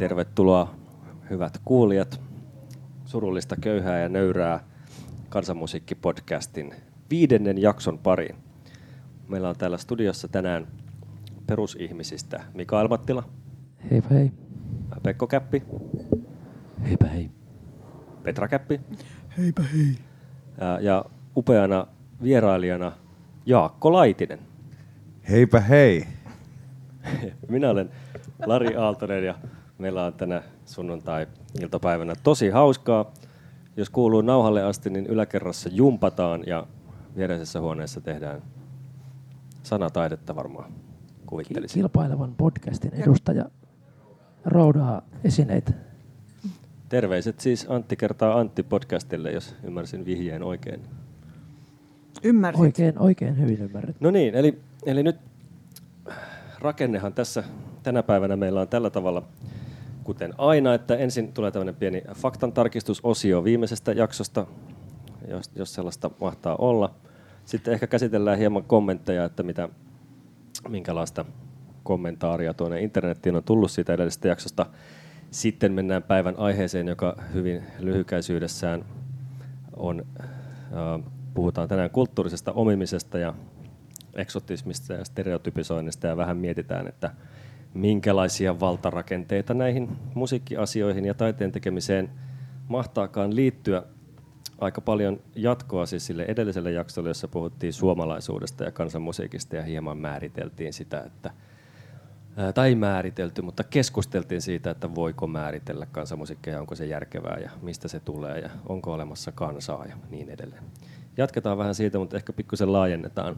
Tervetuloa hyvät kuulijat Surullista, köyhää ja nöyrää kansanmusiikkipodcastin 5. jakson pariin. Meillä on täällä studiossa tänään perusihmisistä Mikael Mattila. Heipä hei. Pekko Käppi. Heipä hei. Petra Käppi. Heipä hei. Ja upeana vierailijana Jaakko Laitinen. Heipä hei. Minä olen Lari Aaltonen ja meillä on tänä sunnuntai-iltapäivänä tosi hauskaa. Jos kuuluu nauhalle asti, niin yläkerrassa jumpataan ja viereisessä huoneessa tehdään sanataidetta varmaan, kuvittelisin. Kilpailevan podcastin edustaja roudaa esineitä. Terveiset siis Antti kertaa Antti podcastille, jos ymmärsin vihjeen oikein. Ymmärsit. Oikein hyvin ymmärrät. No niin, eli nyt rakennehan tässä tänä päivänä meillä on tällä tavalla, kuten aina, että ensin tulee tämmöinen pieni faktantarkistusosio viimeisestä jaksosta, jos sellaista mahtaa olla. Sitten ehkä käsitellään hieman kommentteja, että minkälaista kommentaaria tuonne internettiin on tullut siitä edellisestä jaksosta. Sitten mennään päivän aiheeseen, joka hyvin lyhykäisyydessään on, puhutaan tänään kulttuurisesta omimisesta ja eksotismista ja stereotypisoinnista ja vähän mietitään, että minkälaisia valtarakenteita näihin musiikkiasioihin ja taiteen tekemiseen mahtaakaan liittyä. Aika paljon jatkoa siis sille edelliselle jaksolle, jossa puhuttiin suomalaisuudesta ja kansanmusiikista ja hieman määriteltiin sitä, että tai ei määritelty, mutta keskusteltiin siitä, että voiko määritellä kansanmusiikkia ja onko se järkevää ja mistä se tulee ja onko olemassa kansaa ja niin edelleen. Jatketaan vähän siitä, mutta ehkä pikkusen laajennetaan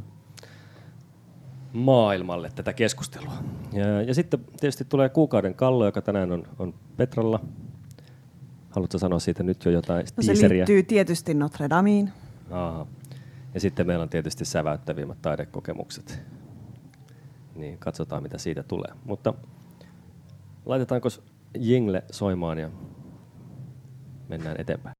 maailmalle tätä keskustelua. Ja sitten tietysti tulee kuukauden kallo, joka tänään on Petralla. Haluatko sanoa siitä nyt jo jotain teaseria? Se liittyy tietysti Notre Dameen. Aha. Ja sitten meillä on tietysti säväyttävimmät taidekokemukset. Niin katsotaan, mitä siitä tulee. Mutta laitetaanko jingle soimaan ja mennään eteenpäin.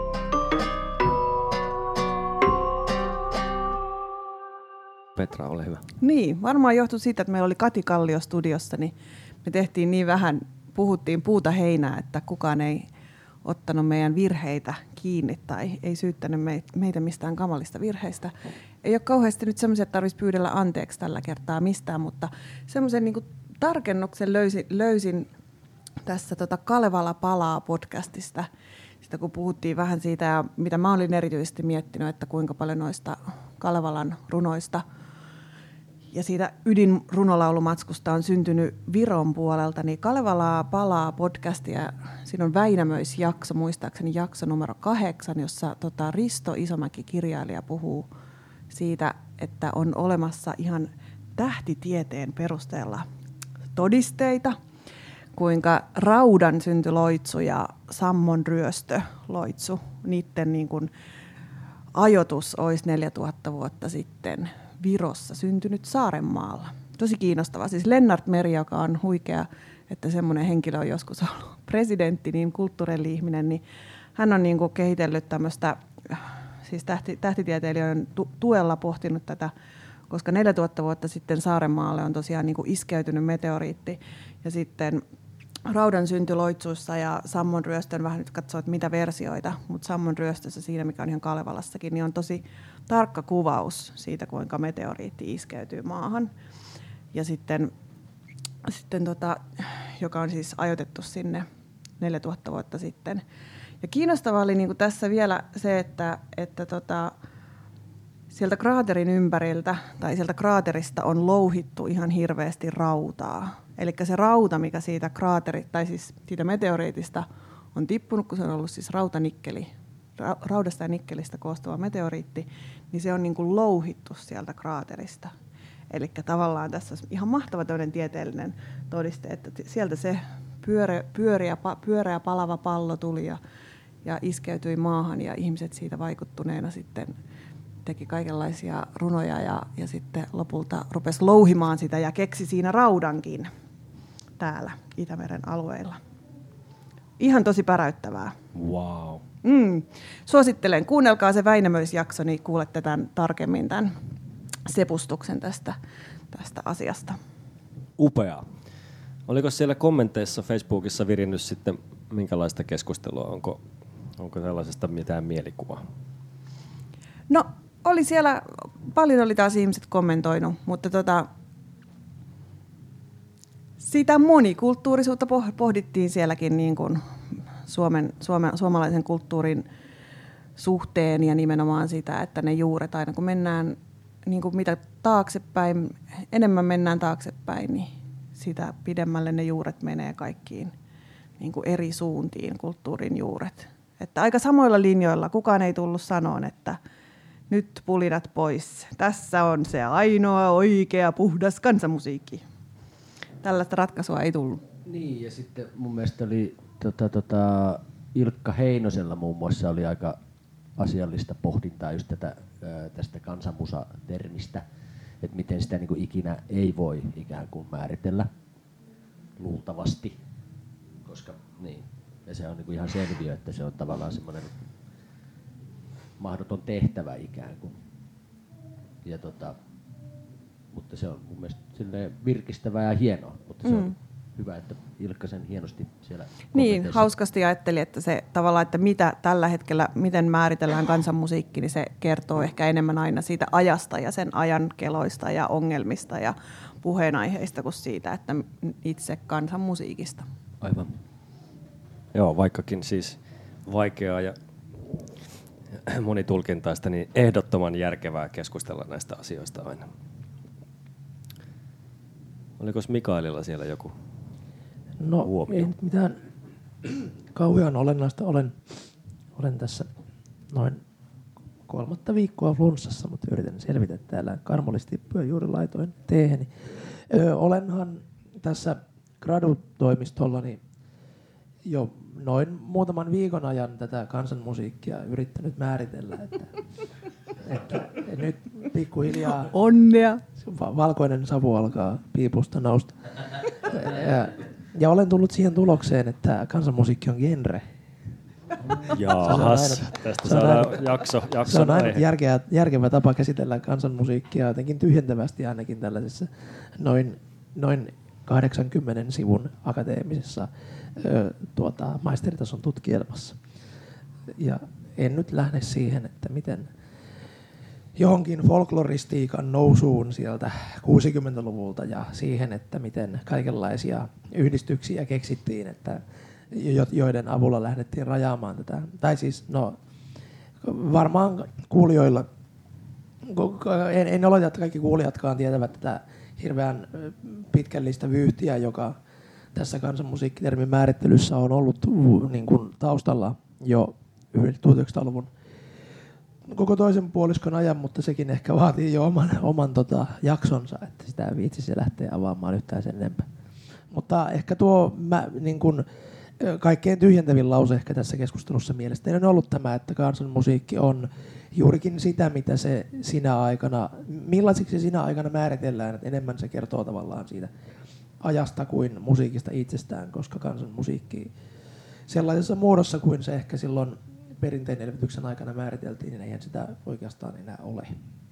Petra, ole hyvä. Niin, varmaan johtui siitä, että meillä oli Kati Kallio studiossa, niin me tehtiin niin vähän, puhuttiin puuta heinää, että kukaan ei ottanut meidän virheitä kiinni tai ei syyttänyt meitä mistään kamalista virheistä. Ei ole kauheasti nyt semmoisia, että tarvitsisi pyydellä anteeksi tällä kertaa mistään, mutta semmoisen niin kuin tarkennuksen löysin tässä Kalevala palaa podcastista, sitä kun puhuttiin vähän siitä ja mitä mä olin erityisesti miettinyt, että kuinka paljon noista Kalevalan runoista ja siitä ydinrunolaulumatskusta on syntynyt Viron puolelta, niin Kalevalaa palaa podcastia. Siinä on Väinämöisjakso, muistaakseni jakso numero 8, jossa Risto Isomäki, kirjailija, puhuu siitä, että on olemassa ihan tähtitieteen perusteella todisteita, kuinka raudan syntyloitsu ja sammon ryöstöloitsu, niiden niin kuin ajoitus olisi 4000 vuotta sitten Virossa syntynyt Saarenmaalla. Tosi kiinnostavaa. Siis Lennart Meri, joka on huikea, että semmoinen henkilö on joskus ollut presidentti, niin kulttuurili-ihminen, niin hän on niin kuin kehitellyt tämmöistä, siis tähtitieteilijöiden tuella pohtinut tätä, koska 4000 vuotta sitten Saarenmaalle on tosiaan niin kuin iskeytynyt meteoriitti, ja sitten raudan syntyloitsuissa ja sammon ryöstön vähän nyt katsoo, että mitä versioita, mutta sammon ryöstössä siinä, mikä on ihan Kalevalassakin, niin on tosi tarkka kuvaus siitä, kuinka meteoriitti iskeytyy maahan. Ja sitten joka on siis ajoitettu sinne 4000 vuotta sitten. Ja kiinnostavaa oli niin kuin tässä vielä se, että sieltä kraaterin ympäriltä tai sieltä kraaterista on louhittu ihan hirveästi rautaa. Eli se rauta, mikä siitä siis siitä meteoriitista on tippunut, kun se on ollut siis raudasta ja nikkelistä koostuva meteoriitti, niin se on niin kuin louhittu sieltä kraaterista. Eli tavallaan tässä on ihan mahtava tämmöinen tieteellinen todiste, että sieltä se pyöreä palava pallo tuli ja iskeytyi maahan ja ihmiset siitä vaikuttuneena sitten teki kaikenlaisia runoja ja sitten lopulta rupesi louhimaan sitä ja keksi siinä raudankin täällä Itämeren alueilla. Ihan tosi päräyttävää. Wow. Suosittelen. Kuunnelkaa se Väinämöisjakso, niin kuulette tämän tarkemmin sepustuksen tästä asiasta. Upeaa. Oliko siellä kommenteissa Facebookissa virinnyt sitten minkälaista keskustelua? Onko tällaisesta mitään mielikuvaa? No oli siellä, paljon oli taas ihmiset kommentoinut, mutta sitä monikulttuurisuutta pohdittiin sielläkin niin kuin suomalaisen kulttuurin suhteen ja nimenomaan sitä, että ne juuret aina kun mennään niin kuin mitä taaksepäin, enemmän mennään taaksepäin, niin sitä pidemmälle ne juuret menee kaikkiin niin kuin eri suuntiin, kulttuurin juuret. Että aika samoilla linjoilla kukaan ei tullut sanoon, että nyt pulinat pois. Tässä on se ainoa oikea puhdas kansanmusiikki. Tällaista ratkaisua ei tullut. Niin, ja sitten mun mielestä oli Ilkka Heinosella muun muassa oli aika asiallista pohdintaa just tästä kansanmusa-termistä, että miten sitä niin kuin ikinä ei voi ikään kuin määritellä luultavasti, koska niin, ja se on niin kuin ihan selviö, että se on tavallaan semmoinen mahdoton tehtävä ikään kuin. Ja mutta se on mun mielestä virkistävää ja hienoa, mutta se on hyvä, että Ilkka sen hienosti siellä niin, hauskasti ajatteli, että se tavallaan, että mitä tällä hetkellä, miten määritellään kansanmusiikki, niin se kertoo ehkä enemmän aina siitä ajasta ja sen ajan keloista ja ongelmista ja puheenaiheista kuin siitä, että itse kansanmusiikista. Aivan. Joo, vaikkakin siis vaikeaa ja monitulkintaista, niin ehdottoman järkevää keskustella näistä asioista aina. Oliko Mikaelilla siellä joku huomio? Ei mitään kauhean olennaista. Olen tässä noin 3. viikkoa flunssassa, mutta yritän selvitä täällä. Karmolistippuja juuri laitoin teeheni. Olenhan tässä gradutoimistollani jo noin muutaman viikon ajan tätä kansanmusiikkia yrittänyt määritellä. Että nyt pikkuhiljaa onnea! Valkoinen savu alkaa piipusta nousta. Ja olen tullut siihen tulokseen, että kansanmusiikki on genre. Jaahas, tästä saadaan jakso se on aina järkevä tapa käsitellä kansanmusiikkia, jotenkin tyhjentävästi ainakin tällaisessa noin 80 sivun akateemisessa maisteritason tutkielmassa. Ja en nyt lähde siihen, että miten johonkin folkloristiikan nousuun sieltä 60-luvulta ja siihen, että miten kaikenlaisia yhdistyksiä keksittiin, että joiden avulla lähdettiin rajaamaan tätä. Tai siis, varmaan kuulijoilla, en oleta, että kaikki kuulijatkaan tietävät tätä hirveän pitkällistä vyyhtiä, joka tässä kansanmusiikkitermin määrittelyssä on ollut niin kuin taustalla jo 1900-luvun koko toisen puoliskon ajan, mutta sekin ehkä vaatii jo oman jaksonsa, että sitä ei viitsisi lähteä avaamaan yhtään sen enempää. Mutta ehkä tuo niin kuin kaikkein tyhjentävin lause ehkä tässä keskustelussa mielestäni on ollut tämä, että kansanmusiikki on juurikin sitä, mitä se millaisiksi se sinä aikana määritellään, että enemmän se kertoo tavallaan siitä ajasta kuin musiikista itsestään, koska kansanmusiikki sellaisessa muodossa kuin se ehkä silloin perinteinen elvytyksen aikana määriteltiin, niin eihän sitä oikeastaan enää ole.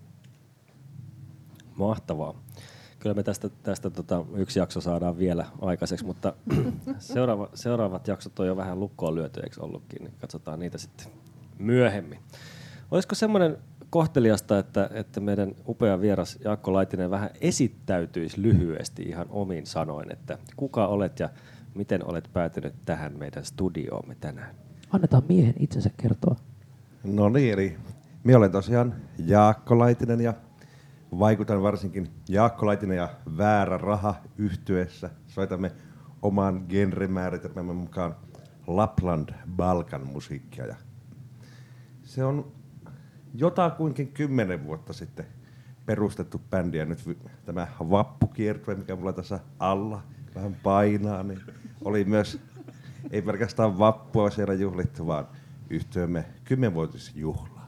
Mahtavaa. Kyllä me tästä yksi jakso saadaan vielä aikaiseksi, mutta seuraavat jaksot on jo vähän lukkoon lyöty, eikö ollutkin, niin katsotaan niitä sitten myöhemmin. Olisiko semmoinen kohteliasta, että meidän upea vieras Jaakko Laitinen vähän esittäytyisi lyhyesti ihan omin sanoin, että kuka olet ja miten olet päätynyt tähän meidän studioomme tänään? Annetaan miehen itsensä kertoa. No niin, eli minä olen tosiaan Jaakko Laitinen ja vaikutan varsinkin Jaakko Laitinen ja Väärä Raha -yhtyeessä. Soitamme oman genremääritelmämme mukaan Lapland-Balkan musiikkia. Ja se on jotakuinkin 10 vuotta sitten perustettu bändi ja nyt tämä vappukiertue, mikä mulla tässä alla vähän painaa, niin oli myös, ei pelkästään vappua siellä juhlittu, vaan yhtyeemme 10-vuotisjuhlaa.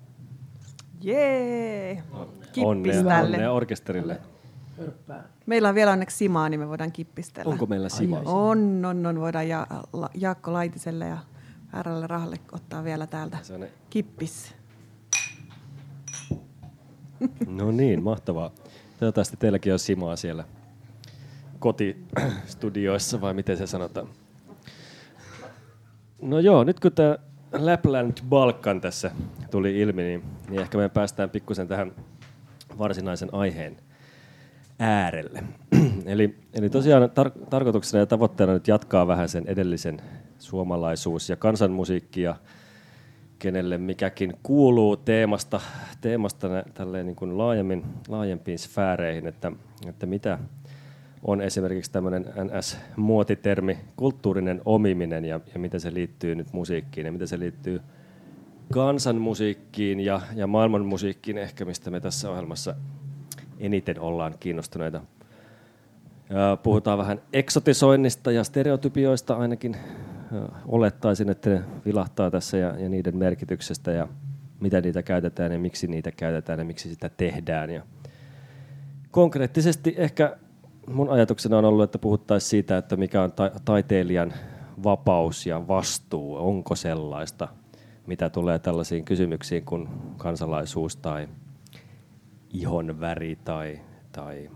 Jee! Kippis tälle. Onnea orkesterille. Meillä on vielä onneksi Simaa, niin me voidaan kippistellä. Onko meillä Simaa? On. Voidaan Jaakko Laitiselle ja Väärälle Rahalle ottaa vielä täältä kippis. No niin, mahtavaa. Toivottavasti teilläkin on Simaa siellä kotistudioissa, vai miten se sanotaan? No joo, nyt kun tämä Lapland Balkan tässä tuli ilmi, niin ehkä me päästään pikkusen tähän varsinaisen aiheen äärelle. eli tosiaan tarkoituksena ja tavoitteena nyt jatkaa vähän sen edellisen suomalaisuus- ja kansanmusiikki ja kenelle mikäkin kuuluu teemasta tälleen niin kuin laajempiin sfääreihin, että mitä on esimerkiksi tämmöinen NS-muotitermi kulttuurinen omiminen ja miten se liittyy nyt musiikkiin ja miten se liittyy kansanmusiikkiin ja maailmanmusiikkiin ehkä, mistä me tässä ohjelmassa eniten ollaan kiinnostuneita. Ja puhutaan vähän eksotisoinnista ja stereotypioista ainakin. Olettaisin, että ne vilahtaa tässä ja niiden merkityksestä ja mitä niitä käytetään ja miksi niitä käytetään ja miksi sitä tehdään. Ja konkreettisesti ehkä mun ajatuksena on ollut, että puhuttaisiin siitä, että mikä on taiteilijan vapaus ja vastuu. Onko sellaista, mitä tulee tällaisiin kysymyksiin kuin kansalaisuus tai ihonväri tai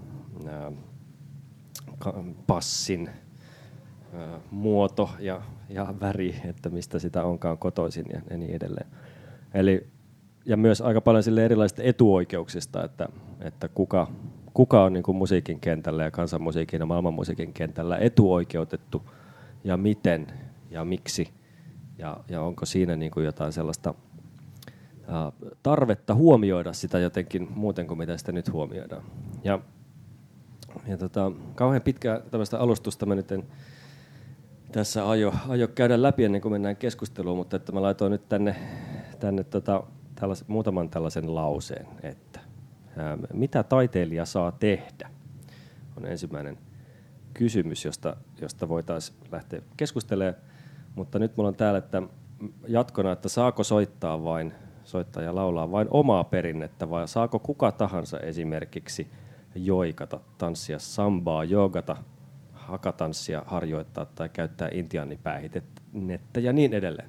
passin muoto ja väri, että mistä sitä onkaan kotoisin ja niin edelleen. Ja myös aika paljon sille erilaisista etuoikeuksista, että kuka on niin kuin musiikin kentällä ja kansanmusiikin ja maailmanmusiikin kentällä etuoikeutettu ja miten ja miksi ja onko siinä niin kuin jotain sellaista tarvetta huomioida sitä jotenkin muuten kuin mitä sitä nyt huomioidaan. Ja kauhean pitkää tämmöistä alustusta mä nyt en tässä aio käydä läpi ennen kuin mennään keskusteluun, mutta että mä laitoin nyt tänne muutaman tällaisen lauseen, että mitä taiteilija saa tehdä, on ensimmäinen kysymys, josta voitaisiin lähteä keskustelemaan, mutta nyt mulla on täällä että jatkona, että saako soittaa ja laulaa vain omaa perinnettä vai saako kuka tahansa esimerkiksi joikata, tanssia sambaa, joogata, hakatanssia harjoittaa tai käyttää intiaanipäähitettä ja niin edelleen.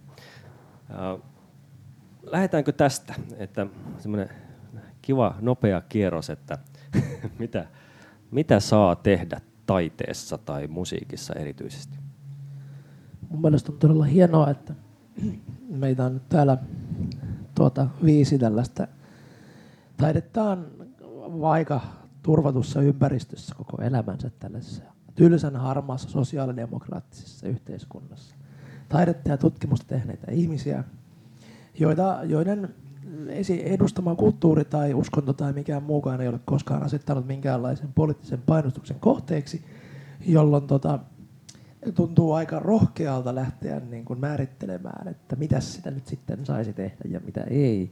Lähdetäänkö tästä, että semmoinen kiva nopea kierros, että mitä saa tehdä taiteessa tai musiikissa erityisesti? Mun mielestä on todella hienoa, että meitä on nyt täällä 5 tällaista taidettaan aika turvatussa ympäristössä koko elämänsä tällaisessa tylsän harmaassa sosiaalidemokraattisessa yhteiskunnassa. Taidetta ja tutkimusta tehneitä ihmisiä, joiden edustama kulttuuri tai uskonto tai mikään muukaan ei ole koskaan asettanut minkäänlaisen poliittisen painostuksen kohteeksi, jolloin tuntuu aika rohkealta lähteä niin kuin määrittelemään, että mitä sitä nyt sitten saisi tehdä ja mitä ei.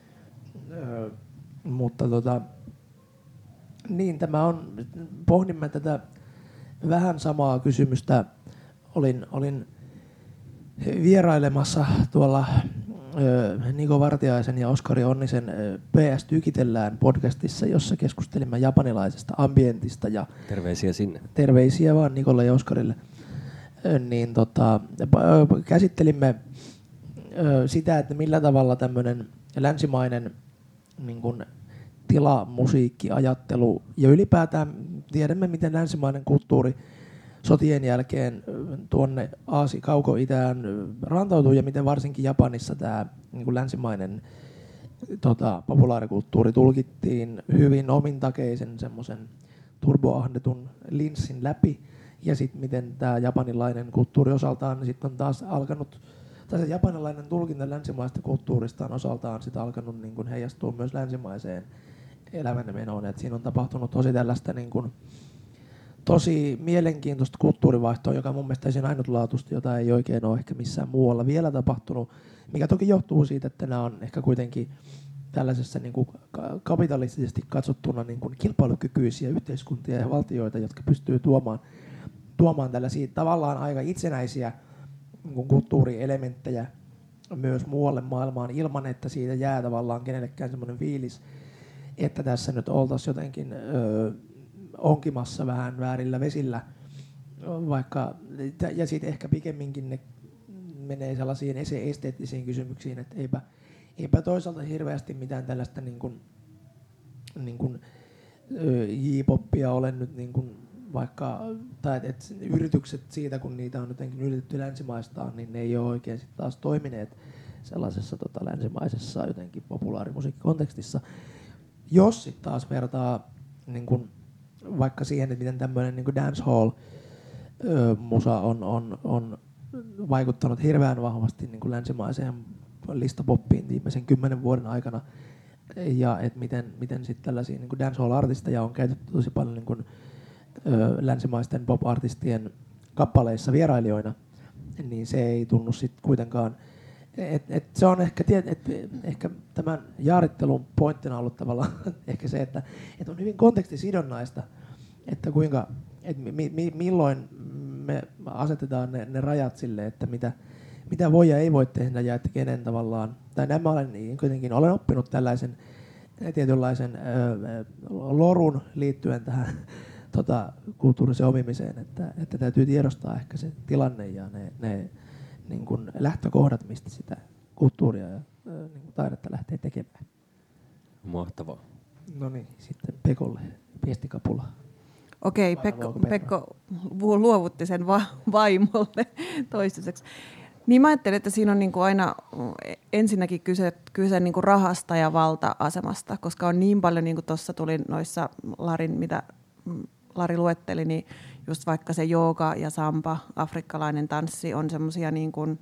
Mutta niin tämä on, pohdimme tätä vähän samaa kysymystä. Olin vierailemassa tuolla Niko Vartiaisen ja Oskari Onnisen PS Tykitellään podcastissa, jossa keskustelimme japanilaisesta ambientista. Ja terveisiä sinne. Terveisiä vaan Nikolle ja Oskarille. Niin käsittelimme sitä, että millä tavalla tämmöinen länsimainen niin kuin tilamusiikki, ajattelu ja ylipäätään tiedämme, miten länsimainen kulttuuri sotien jälkeen tuonne Kauko-Itään rantautuu ja miten varsinkin Japanissa tämä niin kuin länsimainen populaarikulttuuri tulkittiin hyvin omintakeisen semmoisen turboahdetun linssin läpi ja sitten miten tämä japanilainen kulttuuri osaltaan sitten on taas alkanut, tai se japanilainen tulkinta länsimaista kulttuurista on osaltaan sitten alkanut niin kuin heijastua myös länsimaiseen elämänmenoon, että siinä on tapahtunut tosi tällaista niin kuin tosi mielenkiintoista kulttuurivaihtoa, joka mun mielestä on ainutlaatuista, jota ei oikein ole ehkä missään muualla vielä tapahtunut, mikä toki johtuu siitä, että nämä on ehkä kuitenkin tällaisessa niin kuin kapitalistisesti katsottuna niin kuin kilpailukykyisiä yhteiskuntia ja valtioita, jotka pystyy tuomaan tällaisia tavallaan aika itsenäisiä niin kuin kulttuurielementtejä myös muualle maailmaan ilman, että siitä jää tavallaan kenellekään semmoinen fiilis, että tässä nyt oltaisiin jotenkin onkimassa vähän väärillä vesillä, vaikka, ja sitten ehkä pikemminkin ne menee sellaisiin esteettisiin kysymyksiin, että eipä toisaalta hirveästi mitään tällaista niin kuin J-poppia ole nyt niin kuin vaikka, tai et yritykset siitä, kun niitä on jotenkin yritetty länsimaistaa, niin ne ei ole oikein sit taas toimineet sellaisessa länsimaisessa jotenkin populaarimusiikkikontekstissa. Jos sitten taas vertaa niin kun, vaikka siihen, että miten tämmöinen niin dancehall-musa on vaikuttanut hirveän vahvasti niin kuin länsimaiseen listapoppiin viimeisen 10 vuoden aikana, ja että miten sitten tällaisia niin kuin dancehall-artisteja on käytetty tosi paljon niin kuin, länsimaisten pop-artistien kappaleissa vierailijoina, niin se ei tunnu sitten kuitenkaan. Se on ehkä tämän jaarittelun pointtina ollut tavallaan ehkä se, että on hyvin kontekstisidonnaista, että kuinka, milloin me asetetaan ne rajat sille, että mitä voi ja ei voi tehdä ja että kenen tavallaan, tai näin mä olen oppinut tällaisen tietynlaisen lorun liittyen tähän kulttuurisen omimiseen, että täytyy tiedostaa ehkä se tilanne ja ne niin kuin lähtökohdat, mistä sitä kulttuuria ja niin kuin taidetta lähtee tekemään. Mahtavaa. No niin, sitten Pekolle viestikapula. Okei, Pekko luovutti sen vaimolle toistaiseksi. Niin mä ajattelin, että siinä on niinku aina ensinnäkin kyse niinku rahasta ja valta-asemasta, koska on niin paljon, niin kuin tuossa tuli noissa mitä Lari luetteli, niin just vaikka se jooga ja samba, afrikkalainen tanssi, on semmoisia niin kuin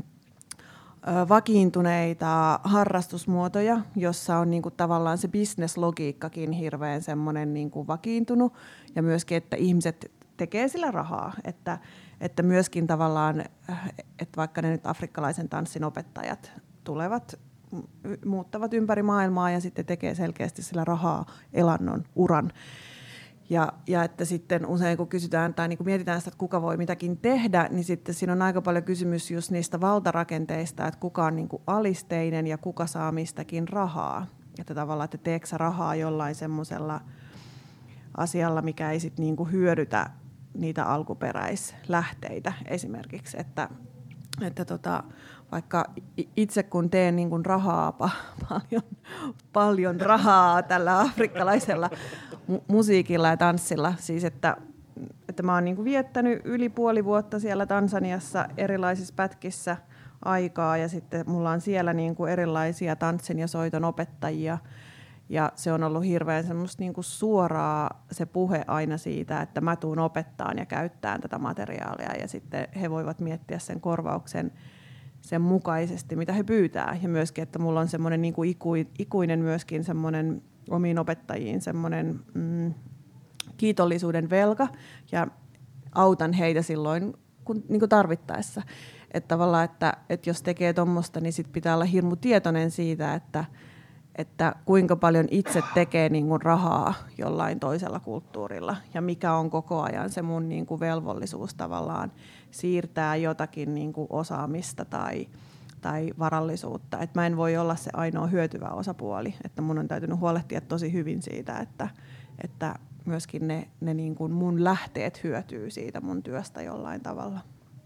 vakiintuneita harrastusmuotoja, jossa on niin kuin tavallaan se business-logiikkakin hirveän semmoinen niin kuin vakiintunut, ja myöskin, että ihmiset tekee sillä rahaa, että myöskin tavallaan, että vaikka ne nyt afrikkalaisen tanssin opettajat tulevat, muuttavat ympäri maailmaa ja sitten tekee selkeästi sillä rahaa, elannon, uran. Ja että sitten usein kun kysytään tai niin kun mietitään sitä, että kuka voi mitäkin tehdä, niin sitten siinä on aika paljon kysymys just niistä valtarakenteista, että kuka on niin kuin alisteinen ja kuka saa mistäkin rahaa. Että tavallaan, että teekö sä rahaa jollain semmoisella asialla, mikä ei sitten niin kuin hyödytä niitä alkuperäislähteitä esimerkiksi. Että vaikka itse kun teen niin kuin rahaa, paljon rahaa tällä afrikkalaisella musiikilla ja tanssilla, siis että mä oon niin kuin viettänyt yli puoli vuotta siellä Tansaniassa erilaisissa pätkissä aikaa, ja sitten mulla on siellä niin kuin erilaisia tanssin ja soiton opettajia, ja se on ollut hirveän semmoista niin kuin suoraa se puhe aina siitä, että mä tuun opettaan ja käyttämään tätä materiaalia, ja sitten he voivat miettiä sen korvauksen sen mukaisesti, mitä he pyytää. Ja myöskin, että mulla on semmoinen niin kuin ikuinen myöskin semmoinen omiin opettajiin semmoinen kiitollisuuden velka, ja autan heitä silloin kun, niin kuin tarvittaessa. Että tavallaan, että jos tekee tuommoista, niin sit pitää olla hirmu tietoinen siitä, että kuinka paljon itse tekee niin kuin rahaa jollain toisella kulttuurilla, ja mikä on koko ajan se mun niin kuin velvollisuus tavallaan siirtää jotakin niin kuin osaamista tai varallisuutta. Et mä en voi olla se ainoa hyötyvä osapuoli, että mun on täytynyt huolehtia tosi hyvin siitä, että myöskin ne niin kuin mun lähteet hyötyy siitä mun työstä jollain tavalla.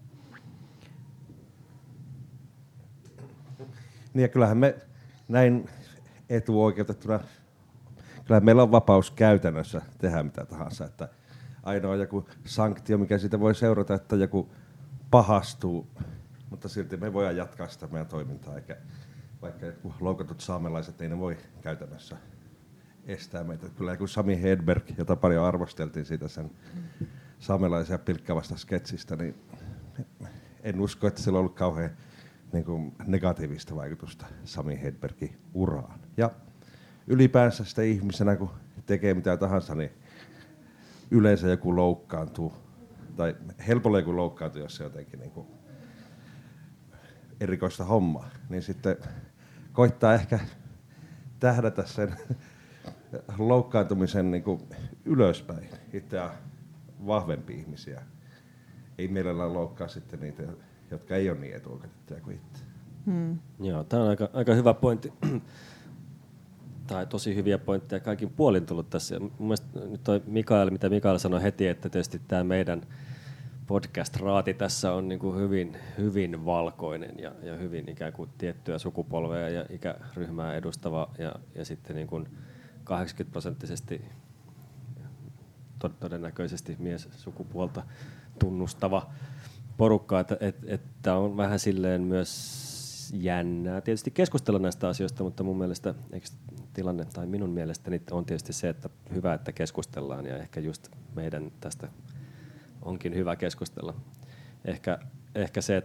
Niin ja kyllähän me näin etuoikeutettuna, kyllähän meillä on vapaus käytännössä tehdä mitä tahansa, että ainoa joku sanktio, mikä siitä voi seurata, että joku pahastuu, mutta silti me voidaan jatkaa sitä meidän toimintaa, eikä vaikka loukatut saamelaiset ei ne voi käytännössä estää meitä. Kyllä joku Sami Hedberg, jota paljon arvosteltiin siitä sen saamelaisia pilkkaavasta sketsistä, niin en usko, että sillä on ollut kauhean niin kuin negatiivista vaikutusta Sami Hedbergin uraan. Ja ylipäänsä sitä ihmisenä, kun tekee mitä tahansa, niin yleensä joku loukkaantuu, tai helpolla joku loukkaantuu, jos se jotenkin niin kuin erikoista hommaa, niin sitten koittaa ehkä tähdätä sen loukkaantumisen niin kuin ylöspäin, itseään vahvempia ihmisiä. Ei mielellään loukkaa sitten niitä, jotka ei ole niin etuoikeutettuja kuin itse. Joo, tämä on aika hyvä pointti. Tai tosi hyviä pointteja kaikin puolin tullut tässä. Mun mielestä nyt toi mitä Mikael sanoi heti, että tietysti tämä meidän podcast-raati tässä on niin kuin hyvin, hyvin valkoinen ja hyvin ikään kuin tiettyä sukupolvea ja ikäryhmää edustava ja sitten niin kuin 80% todennäköisesti miessukupuolta tunnustava porukka, että on vähän silleen myös jännää tietysti keskustella näistä asioista, mutta mun mielestä tilanne tai minun mielestäni on tietysti se, että hyvä, että keskustellaan ja ehkä just meidän tästä onkin hyvä keskustella. Ehkä se,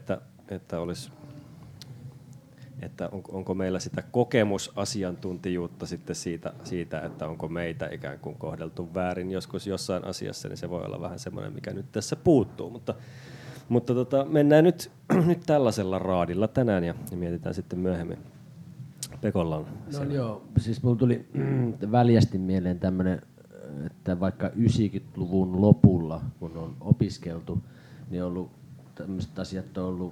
että onko meillä sitä kokemusasiantuntijuutta sitten siitä, että onko meitä ikään kuin kohdeltu väärin joskus jossain asiassa, niin se voi olla vähän semmoinen, mikä nyt tässä puuttuu. Mutta mennään nyt tällaisella raadilla tänään ja mietitään sitten myöhemmin. Pekolla on no joo, siis mulla tuli väljästi mieleen tämmöinen, että vaikka 90-luvun lopulla, kun on opiskeltu, niin on ollut tämmöiset asiat on ollut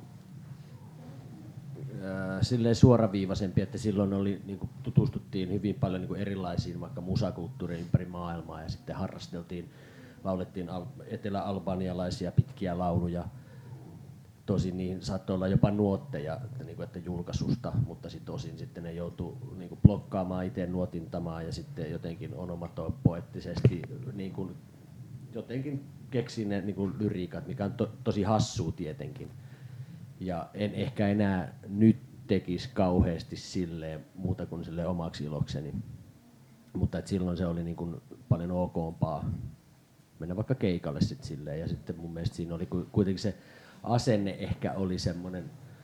silleen suoraviivaisempi, että silloin oli, niin kuin tutustuttiin hyvin paljon niin kuin erilaisiin vaikka musakulttuuriin ympäri maailmaa ja sitten laulettiin etelä-albanialaisia pitkiä lauluja. Tosin niin saattoi olla jopa nuotteja että julkaisusta, mutta osin sitten ne joutui niin blokkaamaan itse nuotintamaan ja sitten jotenkin onomatopoeettisesti niin jotenkin keksi ne niin lyriikat, mikä on tosi hassua tietenkin. Ja en ehkä enää nyt tekisi kauheasti silleen muuta kuin silleen omaksi ilokseni. Mutta silloin se oli niin kuin paljon okompaa mennä vaikka keikalle sit silleen. Ja sitten mun mielestä siinä oli kuitenkin se asenne ehkä oli semmoinen,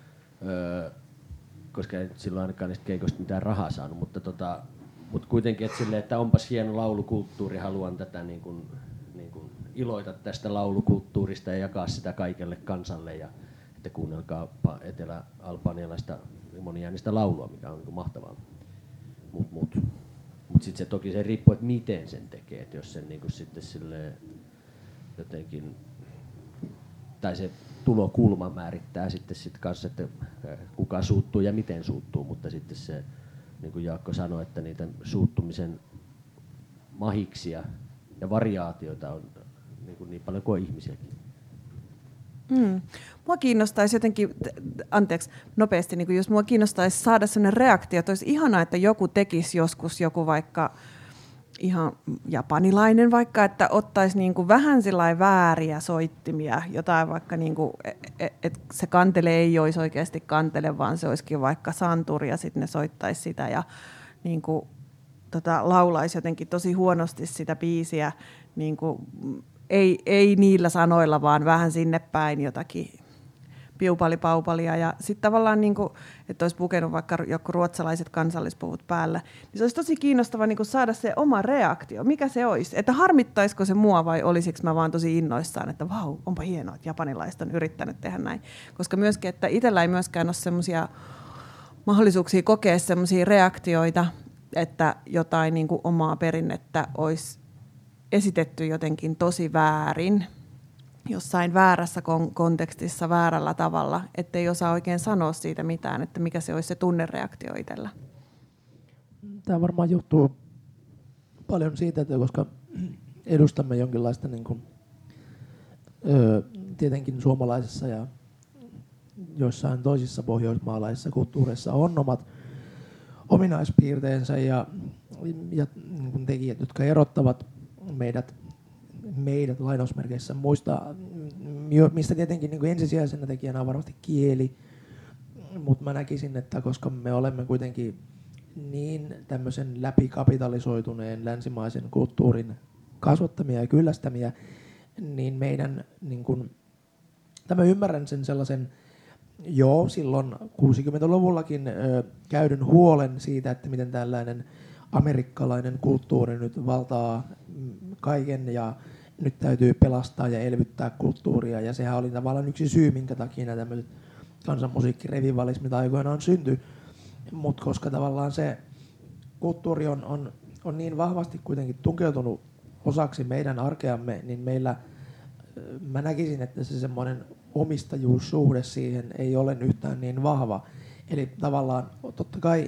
koska en silloin ainakaan niistä keikoista mitään rahaa saanut, mutta kuitenkin, että onpas hieno laulukulttuuri, haluan tätä niin kuin iloita tästä laulukulttuurista ja jakaa sitä kaikelle kansalle ja että kuunnelkaapa etelä-albanialaista moniäänistä laulua, mikä on niin kuin mahtavaa. Mutta sitten se toki se riippuu, että miten sen tekee, että jos sen niin kuin sitten silleen jotenkin tai se tulokulma määrittää sitten kanssa, että kuka suuttuu ja miten suuttuu, mutta sitten se, niin kuin Jaakko sanoi, että niitä suuttumisen mahiksia ja variaatioita on niin paljon kuin ihmisiäkin. Mua kiinnostaisi jotenkin, nopeasti, niin jos mua kiinnostaisi saada sellainen reaktio, että olisi ihanaa, että joku tekisi joskus joku vaikka ihan japanilainen vaikka, että ottaisi niinku vähän sellainen vääriä soittimia, jotain vaikka niinku, että se kantele ei olisi oikeasti kantele, vaan se olisikin vaikka santuri ja sitten ne soittaisi sitä ja niinku, laulaisi jotenkin tosi huonosti sitä biisiä, niinku, ei niillä sanoilla, vaan vähän sinne päin jotakin piupalipaupalia ja sitten tavallaan, että olisi pukenut vaikka joku ruotsalaiset kansallispuvut päällä, niin se olisi tosi kiinnostava saada se oma reaktio. Mikä se olisi? Että harmittaisiko se mua vai olisiko mä vaan tosi innoissaan, että vau, onpa hienoa, että japanilaiset on yrittänyt tehdä näin. Koska myöskin, että itsellä ei myöskään ole semmoisia mahdollisuuksia kokea semmoisia reaktioita, että jotain omaa perinnettä olisi esitetty jotenkin tosi väärin, jossain väärässä kontekstissa, väärällä tavalla, ettei osaa oikein sanoa siitä mitään, että mikä se olisi se tunnereaktio itsellä. Tämä varmaan johtuu paljon siitä, että koska edustamme jonkinlaista tietenkin suomalaisessa ja joissain toisissa pohjoismaalaisissa kulttuureissa on omat ominaispiirteensä ja tekijät, jotka erottavat meidät lainausmerkeissä muista, mistä tietenkin ensisijaisena tekijänä on varmasti kieli, mutta mä näkisin, että koska me olemme kuitenkin niin tämmöisen läpikapitalisoituneen länsimaisen kulttuurin kasvattamia ja kyllästämiä, niin meidän, mä ymmärrän sen sellaisen jo silloin 60-luvullakin käydyn huolen siitä, että miten tällainen amerikkalainen kulttuuri nyt valtaa kaiken ja nyt täytyy pelastaa ja elvyttää kulttuuria. Ja sehän oli tavallaan yksi syy, minkä takia nämä tämmöiset kansanmusiikkirevivalismit aikoinaan syntyi. Mutta koska tavallaan se kulttuuri on niin vahvasti kuitenkin tunkeutunut osaksi meidän arkeamme, niin mä näkisin, että se semmoinen omistajuussuhde siihen ei ole yhtään niin vahva. Eli tavallaan totta kai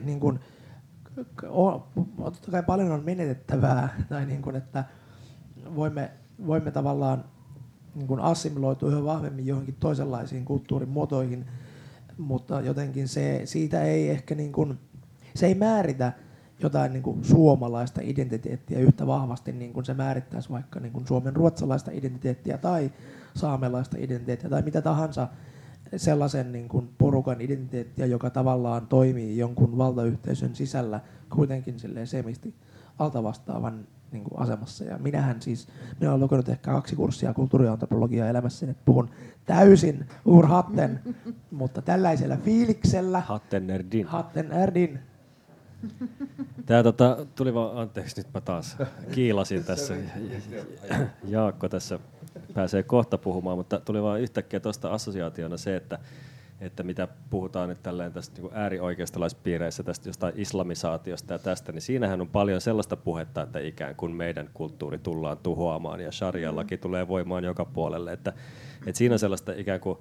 paljon on menetettävää, tai että voimme tavallaan assimiloitua yhä vahvemmin johonkin toisenlaisiin kulttuurin muotoihin, mutta jotenkin siitä ei ehkä se ei määritä jotain niin kuin suomalaista identiteettiä yhtä vahvasti, niin kuin se määrittäisi vaikka niin kuin suomen ruotsalaista identiteettiä tai saamelaista identiteettiä tai mitä tahansa sellaisen niin kuin porukan identiteettiä, joka tavallaan toimii jonkun valtayhteisön sisällä kuitenkin silleen semisti altavastaavan niin kuin asemassa. Ja minä olen lukenut ehkä 2 kurssia kulttuuriantropologiaa elämässäni, että puhun täysin ur hatten, mutta tällaisella fiiliksellä. Hatten nerdin. Tää tuli vaan, anteeksi, nyt mä taas kiilasin tässä. Jaakko tässä pääsee kohta puhumaan, mutta tuli vaan yhtäkkiä tuosta assosiaationa se, että mitä puhutaan nyt tälleen tästä niin äärioikeistolaispiireissä tästä jostain islamisaatiosta ja tästä, niin siinähän on paljon sellaista puhetta, että ikään kuin meidän kulttuuri tullaan tuhoamaan ja sharia-laki tulee voimaan joka puolelle, että siinä on sellaista ikään kuin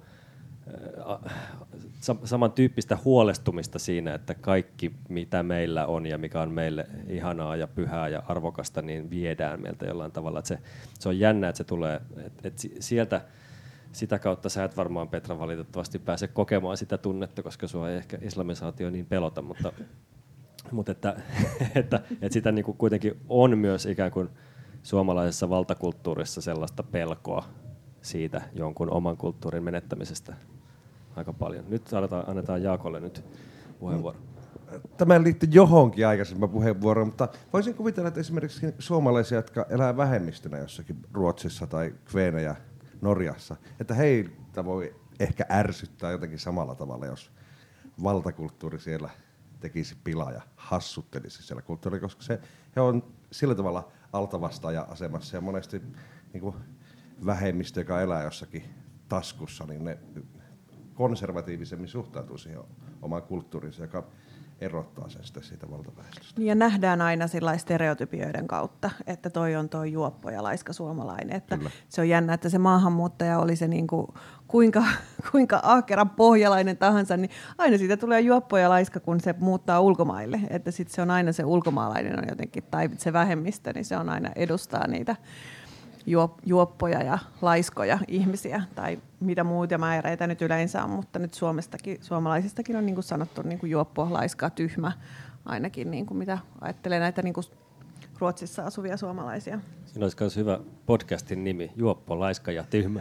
samantyyppistä huolestumista siinä, että kaikki mitä meillä on ja mikä on meille ihanaa ja pyhää ja arvokasta, niin viedään meiltä jollain tavalla. Että se on jännä, että se tulee, että sieltä sitä kautta sä et varmaan, Petra, valitettavasti pääse kokemaan sitä tunnetta, koska sua ei ehkä islamisaatio niin pelota, mutta että sitä niin kuin kuitenkin on myös ikään kuin suomalaisessa valtakulttuurissa sellaista pelkoa siitä jonkun oman kulttuurin menettämisestä aika paljon. Nyt annetaan Jaakolle nyt puheenvuoro. Tämä liittyy johonkin aikaisemmin puheenvuoroon, mutta voisin kuvitella, että esimerkiksi suomalaisia, jotka elää vähemmistönä jossakin Ruotsissa tai Kvenäjä Norjassa, että heitä voi ehkä ärsyttää jotenkin samalla tavalla, jos valtakulttuuri siellä tekisi pilaa ja hassuttelisi siellä kulttuurilla, koska he on sillä tavalla altavastaaja-asemassa ja monesti niin kuin vähemmistö, joka elää jossakin taskussa, niin ne konservatiivisemmin suhtautuu siihen omaan kulttuuriinsa, joka erottaa sen sitten siitä valtaväestöstä. Ja nähdään aina stereotypioiden kautta, että toi on toi juoppo ja laiska suomalainen. Että se on jännä, että se maahanmuuttaja oli se niinku, kuinka ahkera pohjalainen tahansa, niin aina siitä tulee juoppo ja laiska, kun se muuttaa ulkomaille. Että sitten se on aina se ulkomaalainen on jotenkin, tai se vähemmistö, niin se on aina edustaa niitä juoppoja ja laiskoja ihmisiä tai mitä muuta määreitä nyt yleensä on, mutta nyt suomalaisistakin on niin kuin sanottu niin kuin juoppo, laiska, tyhmä, ainakin niin kuin mitä ajattelee näitä niin kuin Ruotsissa asuvia suomalaisia. Siinä olisi myös hyvä podcastin nimi, juoppo, laiska ja tyhmä.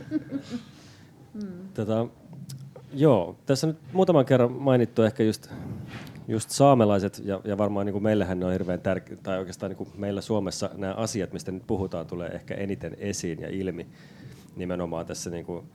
Joo, tässä nyt muutaman kerran mainittu ehkä just saamelaiset, ja varmaan niin kuin meillähän ne on hirveän tärkeä, tai oikeastaan niin kuin meillä Suomessa nämä asiat, mistä nyt puhutaan, tulee ehkä eniten esiin ja ilmi nimenomaan tässä niin kuin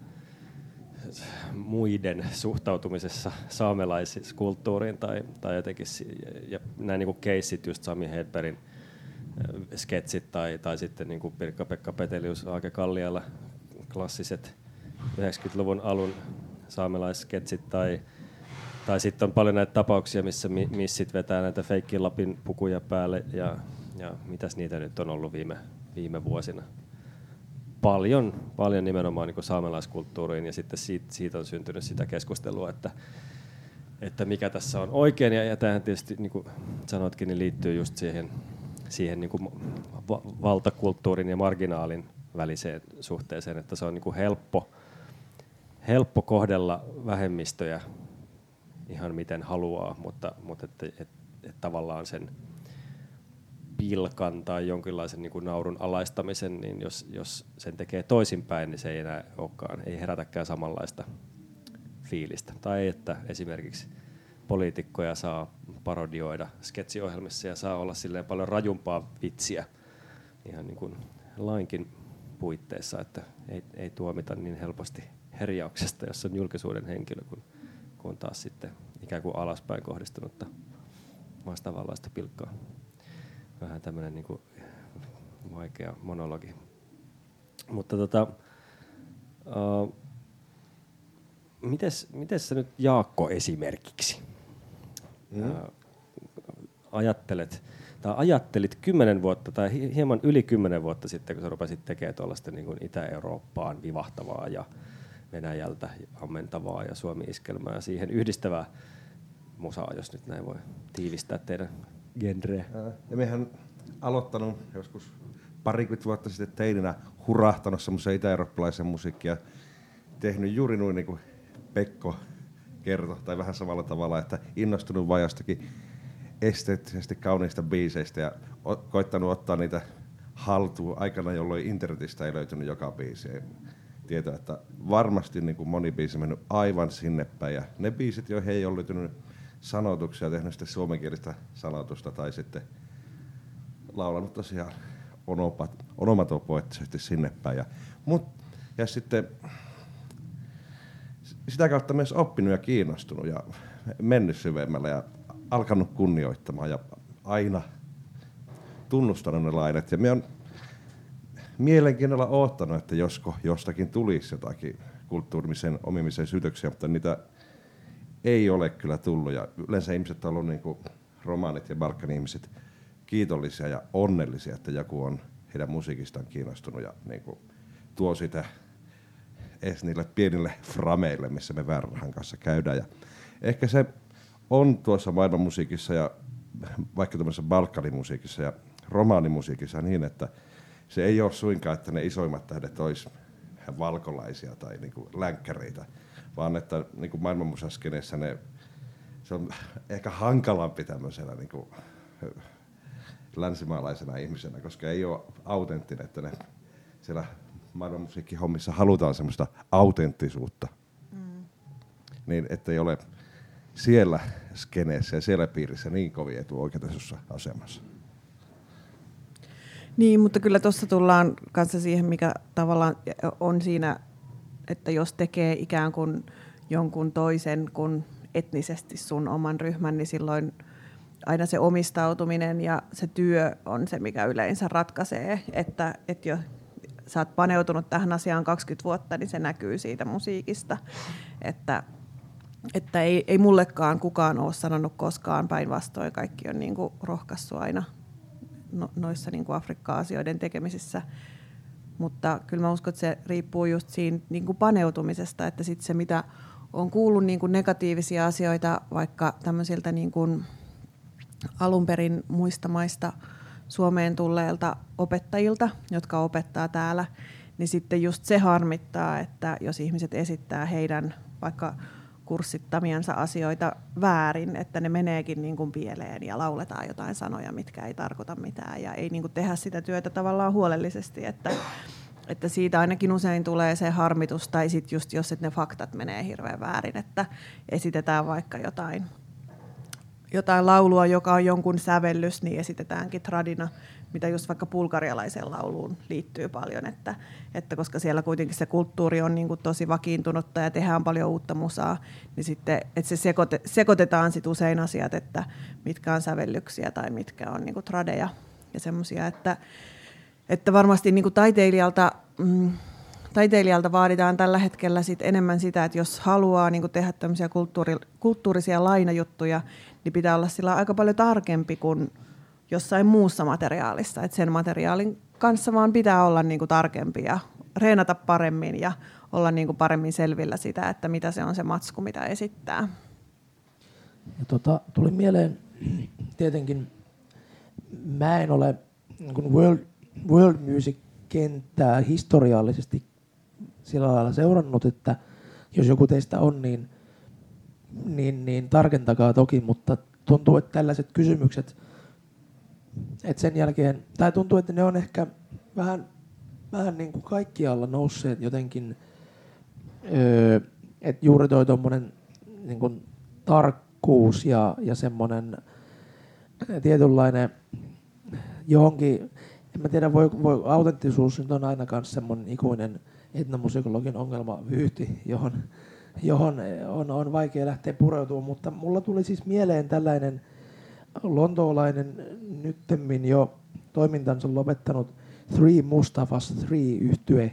muiden suhtautumisessa saamelaiskulttuuriin tai jotenkin, ja nämä niin kuin keissit, just Sami Hedbergin sketsit tai sitten niin kuin Pirkka-Pekka Petelius, Aake Kalliala, klassiset 90-luvun alun saamelaissketsit tai sitten on paljon näitä tapauksia, missä missit vetää näitä feikkilapin pukuja päälle ja mitäs niitä nyt on ollut viime vuosina. Paljon nimenomaan niin kuin saamelaiskulttuuriin ja sitten siitä on syntynyt sitä keskustelua, että mikä tässä on oikein ja tämähän tietysti niin kuin sanoitkin, niin liittyy just siihen niin kuin valtakulttuurin ja marginaalin väliseen suhteeseen, että se on niin kuin helppo kohdella vähemmistöjä ihan miten haluaa, mutta että tavallaan sen pilkan tai jonkinlaisen niin kuin naurun alaistamisen, niin jos sen tekee toisinpäin, niin se ei enää ei herätäkään samanlaista fiilistä. Tai että esimerkiksi poliitikkoja saa parodioida sketsiohjelmissa ja saa olla silleen paljon rajumpaa vitsiä ihan niin kuin lainkin puitteissa, että ei tuomita niin helposti herjauksesta, jos on julkisuuden henkilö, kun taas sitten ikään kuin alaspäin kohdistunutta vastaavanlaista pilkkaa. Vähän tämmöinen niin kuin vaikea monologi. Mutta mites sä nyt, Jaakko, esimerkiksi ajattelit 10 vuotta tai hieman yli 10 vuotta sitten, kun sä rupesit tekemään tuollaista niin kuin Itä-Eurooppaan vivahtavaa ja Venäjältä ammentavaa ja Suomi-iskelmää ja siihen yhdistävää musaa, jos nyt näin voi tiivistää teidän genreä. Ja mehän aloittanut joskus parikymmentä vuotta sitten teininä hurahtanut semmoisen itä-eurooppalaisen musiikkia, tehnyt juuri noin niin kuin Pekko kertoi, tai vähän samalla tavalla, että innostunut vaan jostakin esteettisesti kauniista biiseistä ja koittanut ottaa niitä haltuun aikana, jolloin internetistä ei löytynyt joka biisi. Tietää, että varmasti niin kuin moni biisi on mennyt aivan sinne päin. Ja ne biisit, joihin ei ole löytynyt sanotuksia, tehnyt sitten suomenkielistä sanotusta tai sitten laulanut tosiaan onomatopoeettisesti sinne päin. Ja sitten sitä kautta myös oppinut ja kiinnostunut ja mennyt syvemmälle ja alkanut kunnioittamaan ja aina tunnustanut ne lainet. Ja me on mielenkiinnolla oottanut, että josko jostakin tulisi jotakin kulttuurimisen omimisen syytöksiä, mutta niitä ei ole kyllä tullut. Ja yleensä ihmiset on ollut niin kuin romaanit ja Balkanin ihmiset kiitollisia ja onnellisia, että joku on heidän musiikistaan kiinnostunut ja niin kuin tuo sitä edes niille pienille frameille, missä me Väärän kanssa käydään. Ja ehkä se on tuossa maailmanmusiikissa ja vaikka tämmöisessä balkanimusiikissa ja romaanimusiikissa niin, että se ei ole suinkaan, että ne isoimmat tähdet olisi valkolaisia tai niinku länkkäreitä, vaan että niinku maailmanmusaskeneessa se on ehkä hankalampi tämmöisenä niinku länsimaalaisena ihmisenä, koska ei ole autenttinen, että ne siellä maailmanmusiikkihommissa halutaan semmoista autenttisuutta. Niin, ettei ole siellä skeneessä ja siellä piirissä niin kovin etuoikeutetussa asemassa. Niin, mutta kyllä tuossa tullaan kanssa siihen, mikä tavallaan on siinä, että jos tekee ikään kuin jonkun toisen kuin etnisesti sun oman ryhmän, niin silloin aina se omistautuminen ja se työ on se, mikä yleensä ratkaisee, että jo sä oot paneutunut tähän asiaan 20 vuotta, niin se näkyy siitä musiikista, että ei mullekaan kukaan ole sanonut koskaan, päinvastoin kaikki on niin kuin rohkaissut aina noissa niin kuin Afrikka-asioiden tekemisissä, mutta kyllä mä uskon, että se riippuu just siinä niin kuin paneutumisesta, että sitten se mitä on kuullut niin kuin negatiivisia asioita vaikka tämmöisiltä niin kuin alun perin muista maista Suomeen tulleilta opettajilta, jotka opettaa täällä, niin sitten just se harmittaa, että jos ihmiset esittää heidän vaikka kurssittamiansa asioita väärin, että ne meneekin niin kuin pieleen ja lauletaan jotain sanoja, mitkä ei tarkoita mitään ja ei niin kuin tehdä sitä työtä tavallaan huolellisesti, että siitä ainakin usein tulee se harmitus tai sitten just jos ne faktat menee hirveän väärin, että esitetään vaikka jotain laulua, joka on jonkun sävellys, niin esitetäänkin tradina, mitä just vaikka bulgarialaiseen lauluun liittyy paljon, että koska siellä kuitenkin se kulttuuri on niin kuin tosi vakiintunutta ja tehdään paljon uutta musaa, niin sitten että se sekoitetaan sit usein asiat, että mitkä on sävellyksiä tai mitkä on niin kuin tradeja ja semmoisia, että varmasti niin kuin taiteilijalta vaaditaan tällä hetkellä sit enemmän sitä, että jos haluaa niin kuin tehdä tämmöisiä kulttuurisia lainajuttuja, niin pitää olla sillä aika paljon tarkempi kuin jossain muussa materiaalissa. Et sen materiaalin kanssa vaan pitää olla niin kuin tarkempi ja reenata paremmin ja olla niin kuin paremmin selvillä sitä, että mitä se on se matsku, mitä esittää. Ja tuli mieleen tietenkin, mä en ole niin world music-kenttää historiallisesti sillä lailla seurannut, että jos joku teistä on, niin tarkentakaa toki, mutta tuntuu, että tällaiset kysymykset, että sen jälkeen, tai tuntuu, että ne on ehkä vähän niin kuin kaikkialla nousseet jotenkin, että juuri toi tommonen niin kuin tarkkuus ja semmoinen tietynlainen johonkin, en mä tiedä, voi autenttisuus nyt on aina myös semmoinen ikuinen etnomusikologin ongelmavyyhti, johon on vaikea lähteä pureutumaan, mutta mulla tuli siis mieleen tällainen lontoolainen nyttemmin jo toimintansa lopettanut Three Mustafas Three-yhtye,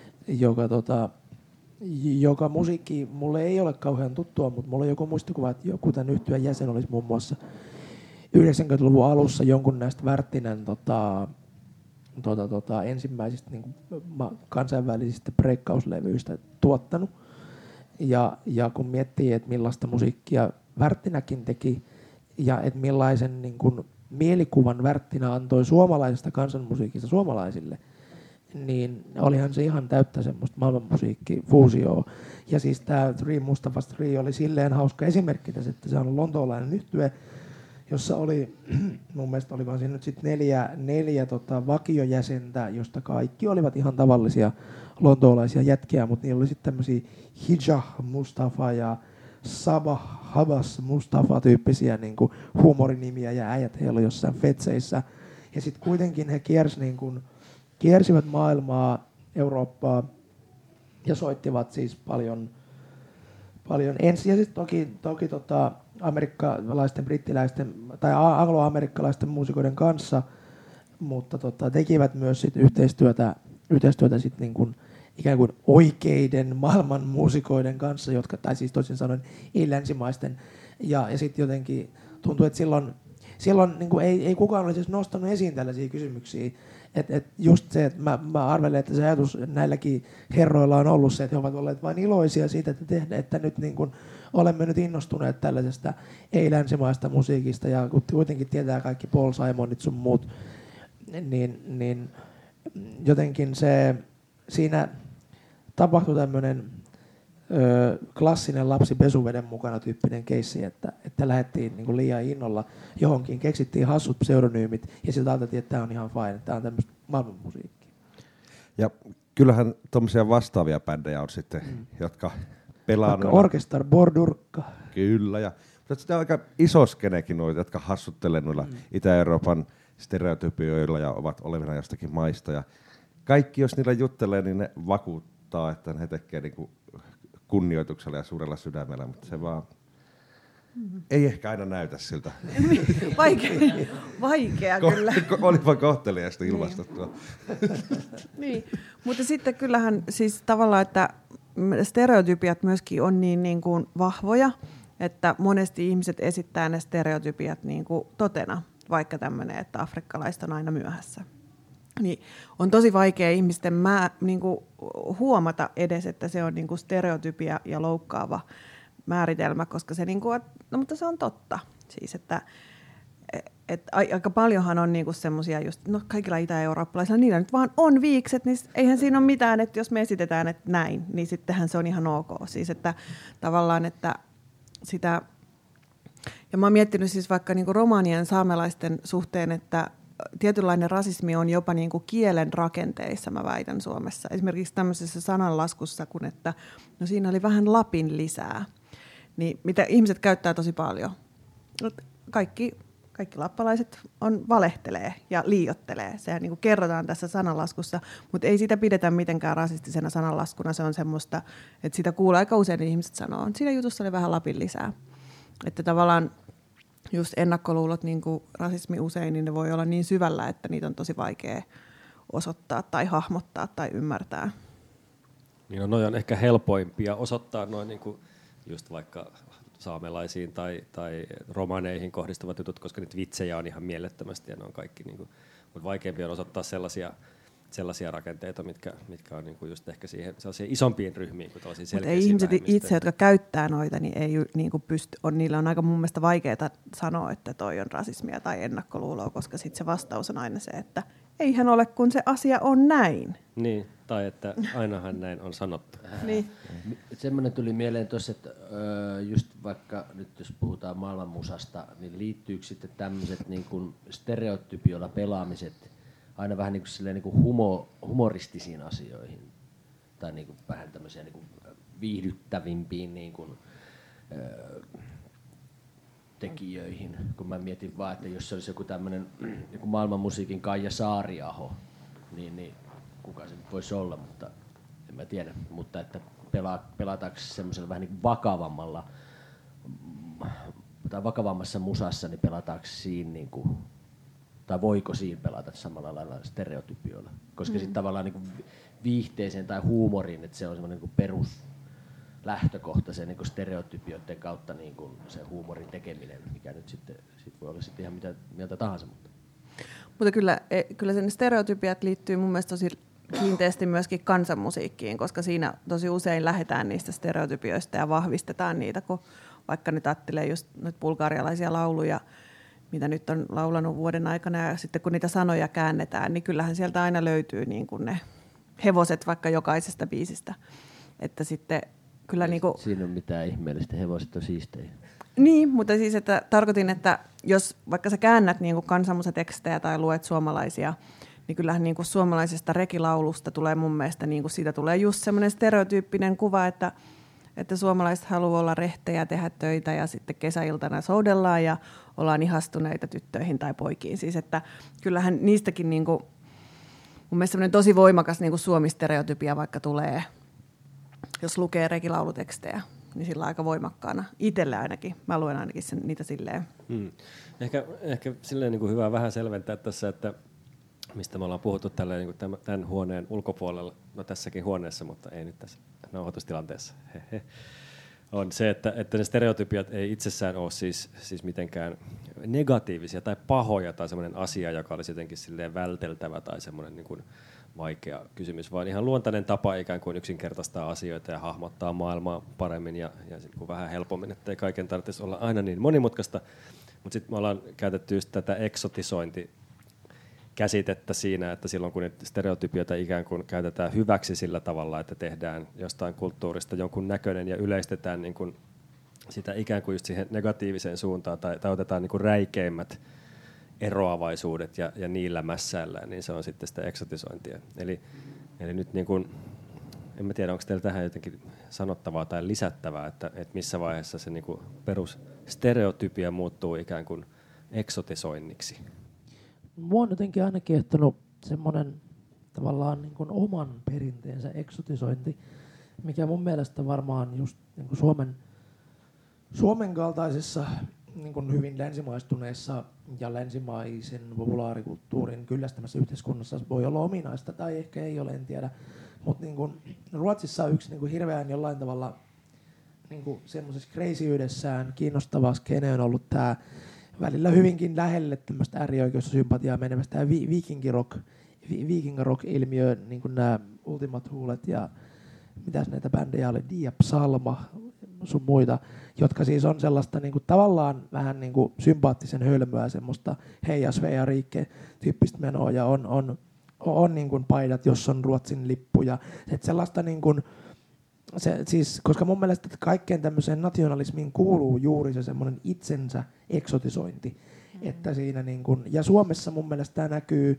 joka musiikki mulle ei ole kauhean tuttua, mutta mulla on joku muistikuva, että joku tämän yhtyeen jäsen olisi muun muassa 90-luvun alussa jonkun näistä Wärttinän ensimmäisistä niin kuin kansainvälisistä breikkauslevyistä tuottanut. Ja kun miettii, että millaista musiikkia Wärttinäkin teki ja että millaisen niin kuin mielikuvan Wärttinä antoi suomalaisesta kansanmusiikista suomalaisille, niin olihan se ihan täyttä semmoista maailmanmusiikkifuusioa. Ja siis tämä Three Mustafas Three oli silleen hauska esimerkki tässä, että se on lontoolainen yhtye, jossa oli, mun mielestä olikohan siinä nyt sitten neljä vakiojäsentä, josta kaikki olivat ihan tavallisia lontoolaisia jätkiä, mutta niillä oli sitten tämmöisiä Hijah Mustafa ja Sabah Habas Mustafa tyyppisiä niin kuin huumorinimiä, ja äijät heillä oli jossain fetseissä. Ja sitten kuitenkin he kiersivät maailmaa, Eurooppaa, ja soittivat siis paljon ensin, ja sitten toki amerikkalaisten, brittiläisten tai angloamerikkalaisten muusikoiden kanssa, mutta tekivät myös sit yhteistyötä sit niin kuin ikään kuin oikeiden maailman muusikoiden kanssa, jotka, tai siis toisin sanoen ei-länsimaisten, ja sitten jotenkin tuntui, että silloin niin kuin ei kukaan olisi nostanut esiin tällaisia kysymyksiä. Et just se, että mä arvelen, että se ajatus näilläkin herroilla on ollut se, että he ovat olleet vain iloisia siitä, että nyt niin kuin olemme nyt innostuneet tällaisesta ei-länsimaista musiikista, ja kuitenkin tietää kaikki Paul Simonit sun muut, niin jotenkin siinä tapahtui tämmöinen klassinen lapsi pesuveden mukana tyyppinen keissi, että lähdettiin niin kuin liian innolla johonkin, keksittiin hassut pseudonyymit ja siltä ajateltiin, että tämä on ihan fine, että tämä on tämmöistä maailmanmusiikkia. Ja kyllähän tuommoisia vastaavia bändejä on sitten, jotka pelaa... Vaikka Orkestar Bordurkka. Kyllä, ja mutta sitten on aika iso skenekin noita, jotka hassuttelee noilla Itä-Euroopan stereotypioilla ja ovat olevina jostakin maista. Ja kaikki, jos niillä juttelee, niin ne vakuuttaa, että he tekee niinku kunnioituksella ja suurella sydämellä, mutta se vaan ei ehkä aina näytä siltä. Vaikea kyllä. Olipa kohteliaista ilmastettua. Niin, mutta sitten kyllähän siis tavallaan, että stereotypiat myöskin on niin kuin vahvoja, että monesti ihmiset esittää ne stereotypiat niin kuin totena, vaikka tämmöinen, että afrikkalaiset on aina myöhässä. Niin on tosi vaikea ihmisten niinku huomata edes, että se on niinku stereotypia ja loukkaava määritelmä, koska se niinku, no mutta se on totta. Siis että aika paljonhan on niinku semmoisia just, no kaikilla itä-eurooppalaisilla, niillä nyt vaan on viikset, niin eihän siinä ole mitään, että jos me esitetään, että näin, niin sittenhän se on ihan ok. Siis että tavallaan, että sitä, ja mä oon miettinyt siis vaikka niinku romanien saamelaisten suhteen, että tietynlainen rasismi on jopa niin kuin kielen rakenteissa, mä väitän Suomessa. Esimerkiksi tämmöisessä sananlaskussa, kun että no siinä oli vähän Lapin lisää, niin mitä ihmiset käyttää tosi paljon. Kaikki lappalaiset valehtelee ja liioittelee. Sehän niin kuin kerrotaan tässä sananlaskussa, mutta ei sitä pidetä mitenkään rasistisena sananlaskuna. Se on semmoista, että sitä kuulee aika usein ihmiset sanoo. Siinä jutussa oli vähän Lapin lisää. Että tavallaan just ennakkoluulot, niin kuin rasismi usein, niin ne voi olla niin syvällä, että niitä on tosi vaikea osoittaa tai hahmottaa tai ymmärtää. Niin noi on ehkä helpoimpia osoittaa noin niin kuin just vaikka saamelaisiin tai romaneihin kohdistuvat jutut, koska niitä vitsejä on ihan mielettömästi ja ne on kaikki, niin kuin, mutta vaikeampia on osoittaa sellaisia rakenteita, mitkä on niin kuin just ehkä siihen sellaisiin isompiin ryhmiin kuin tällaisiin selkeisiin ihmiset itse, jotka käyttää noita, niin ei niin kuin niillä on aika mun mielestä vaikeaa sanoa, että toi on rasismia tai ennakkoluuloa, koska sitten se vastaus on aina se, että eihän ole, kun se asia on näin. Niin, tai että ainahan näin on sanottu. Niin. Semmoinen tuli mieleen tuossa, että just vaikka nyt jos puhutaan maailmanmusasta, niin liittyykö sitten tämmöiset niin kuin stereotypioilla pelaamiset aina vähän niin kuin, niin kuin humoristisiin asioihin tai niin kuin vähän tämmöisiä niin kuin viihdyttävimpiin niin kuin, tekijöihin, kun mä mietin vaan, että jos se olisi joku tämmöinen joku maailmanmusiikin Kaija Saariaho, niin kuka se voisi olla, mutta en mä tiedä, mutta että pelataanko semmoisella vähän niin kuin vakavammalla tai vakavammassa musassa, niin pelataanko siinä niin kuin, tai voiko siinä pelata samalla lailla stereotypioilla, koska sitten tavallaan niin kuin viihteeseen tai huumoriin, että se on semmoinen niin lähtökohta sen niin stereotypioiden kautta niin kuin se huumorin tekeminen, mikä nyt sitten voi olla sitten ihan mitä mieltä tahansa. Mutta kyllä sen stereotypiat liittyy mun mielestä tosi kiinteästi myöskin kansanmusiikkiin, koska siinä tosi usein lähdetään niistä stereotypioista ja vahvistetaan niitä, kun vaikka nyt ajattelee just nyt bulgarialaisia lauluja, mitä nyt on laulanut vuoden aikana, ja sitten kun niitä sanoja käännetään, niin kyllähän sieltä aina löytyy niin kuin ne hevoset vaikka jokaisesta biisistä. Että sitten kyllä niin kuin, siinä on mitään ihmeellistä, hevoset on siistejä. Niin, mutta siis että tarkoitin, että jos vaikka sä käännät niin kuin kansanmusatekstejä tai luet suomalaisia, niin kyllähän niin kuin suomalaisesta rekilaulusta tulee mun mielestä, niin kuin siitä tulee just semmoinen stereotyyppinen kuva, että suomalaiset haluaa olla rehtejä, tehdä töitä ja sitten kesäiltana soudellaan ja ollaan ihastuneita tyttöihin tai poikiin. Siis että kyllähän niistäkin niin kuin, mun mielestä semmoinen tosi voimakas niin kuin suomi-stereotypia vaikka tulee, jos lukee rekilaulutekstejä, niin sillä aika voimakkaana. Itselle ainakin. Mä luen ainakin niitä silleen. Ehkä silleen niin kuin hyvä vähän selventää tässä, että mistä me ollaan puhuttu tälleen, niin kuin tämän huoneen ulkopuolella, no tässäkin huoneessa, mutta ei nyt tässä nauhoitustilanteessa, on se, että ne stereotypiat ei itsessään ole siis mitenkään negatiivisia tai pahoja tai semmoinen asia, joka olisi jotenkin silleen välteltävä tai semmoinen niin kuin vaikea kysymys, vaan ihan luontainen tapa ikään kuin yksinkertaistaa asioita ja hahmottaa maailmaa paremmin ja vähän helpommin, ettei kaiken tarvitsisi olla aina niin monimutkaista. Mutta sitten me ollaan käytetty just tätä eksotisointikäsitettä siinä, että silloin kun stereotypioita ikään kuin käytetään hyväksi sillä tavalla, että tehdään jostain kulttuurista jonkun näköinen ja yleistetään niin kuin sitä ikään kuin just siihen negatiiviseen suuntaan tai otetaan niin kuin räikeimmät eroavaisuudet ja niillä mässäillään, niin se on sitten sitä eksotisointia. Eli nyt niin kuin, en mä tiedä, onko teillä tähän jotenkin sanottavaa tai lisättävää, että missä vaiheessa se niin kuin perusstereotypia muuttuu ikään kuin eksotisoinniksi? Mua on jotenkin aina kiehtonut semmoinen tavallaan niin kuin oman perinteensä eksotisointi, mikä mun mielestä varmaan just niin kuin Suomen kaltaisessa niin kuin hyvin länsimaistuneessa ja länsimaisen populaarikulttuurin kyllästämässä yhteiskunnassa voi olla ominaista tai ehkä ei ole, en tiedä. Mutta niin kuin Ruotsissa yksi niin kuin hirveän jollain tavalla niin kuin semmoisessa crazyydessään kiinnostava skene on ollut tämä välillä hyvinkin lähelle tämmöistä äärioikeussympatiaa menevästä tämä vikingarock-ilmiö, niin kuin nämä Ultima Thulet ja mitäs näitä bändejä oli, Dia Psalma sun muita, jotka siis on sellaista niin kuin, tavallaan vähän niin kuin sympaattisen hölmöä, semmoista Heija Svea Riikke -tyyppistä menoa ja on niin kuin paidat, jos on Ruotsin lippu ja et sellaista niin kuin, siis, koska mun mielestä kaikkeen tämmöiseen nationalismiin kuuluu juuri se semmoinen itsensä eksotisointi, että siinä niin kuin, ja Suomessa mun mielestä tämä näkyy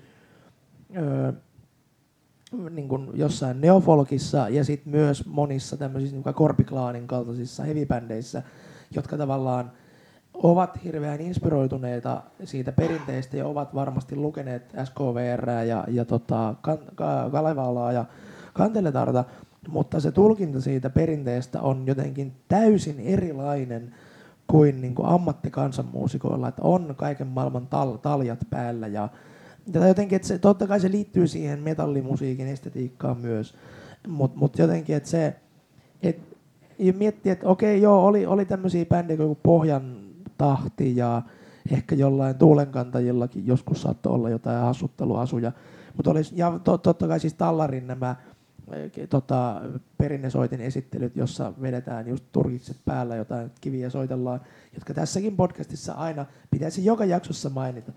niin kuin jossain neofolkissa ja sitten myös monissa tämmöisissä niin Korpiklaanin kaltaisissa heavy-bändeissä, jotka tavallaan ovat hirveän inspiroituneita siitä perinteistä ja ovat varmasti lukeneet SKVR ja Kalevalaa ja Kanteletarta, mutta se tulkinta siitä perinteestä on jotenkin täysin erilainen kuin niinku ammattikansanmuusikoilla, että on kaiken maailman taljat päällä ja jotenkin, että totta kai se liittyy siihen metallimusiikin estetiikkaan myös, mutta jotenkin, että se, miettii, että okei, joo, oli tämmöisiä bändejä kuin Pohjan tahti ja ehkä jollain tuulenkantajillakin joskus saattoi olla jotain hassutteluasuja, mutta ja totta kai siis Tallarin nämä perinnesoitin esittelyt, jossa vedetään just turkikset päällä, jotain kiviä soitellaan, jotka tässäkin podcastissa aina pitäisi joka jaksossa mainita.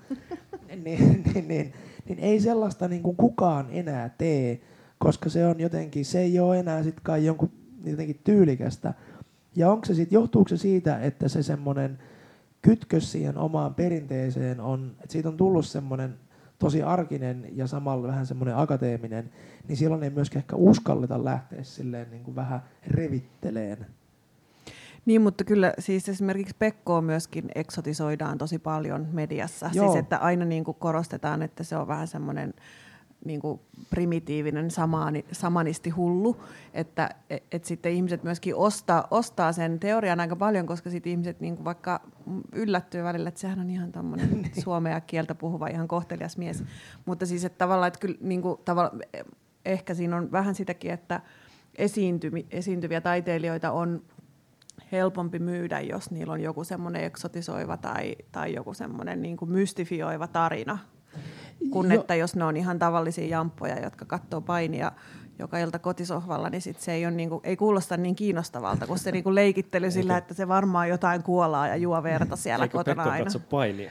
niin ei sellaista niin kuin kukaan enää tee, koska se on jotenkin, se ei ole enää sit kai jonkun jotenkin tyylikästä. Ja onko se sitten, johtuuko se siitä, että se semmoinen kytkös siihen omaan perinteeseen on, että siitä on tullut semmoinen tosi arkinen ja samalla vähän semmoinen akateeminen, niin silloin ei myöskään ehkä uskalleta lähteä silleen niin kuin vähän revitteleen. Niin, mutta kyllä siis esimerkiksi Pekkoa myöskin eksotisoidaan tosi paljon mediassa. Joo. Siis että aina niin kuin korostetaan, että se on vähän semmoinen niin kuin primitiivinen samanisti hullu, että sitten ihmiset myöskin ostaa sen teorian aika paljon, koska sitten ihmiset niin kuin vaikka yllättyy välillä, että sehän on ihan tommoinen suomea kieltä puhuva ihan kohtelias mies. Mutta siis että tavallaan, että kyllä niin kuin, ehkä siinä on vähän sitäkin, että esiintyviä taiteilijoita on helpompi myydä, jos niillä on joku semmoinen eksotisoiva tai joku semmoinen niin kuin mystifioiva tarina, kun että jos ne on ihan tavallisia jamppoja, jotka katsoo painia joka ilta kotisohvalla, niin sit se ei, ole niin kuin, ei kuulosta niin kiinnostavalta, kun se niin kuin leikittely sillä, että se varmaan jotain kuolaa ja juo verta siellä kotona aina. Eikö Pekko katso painia?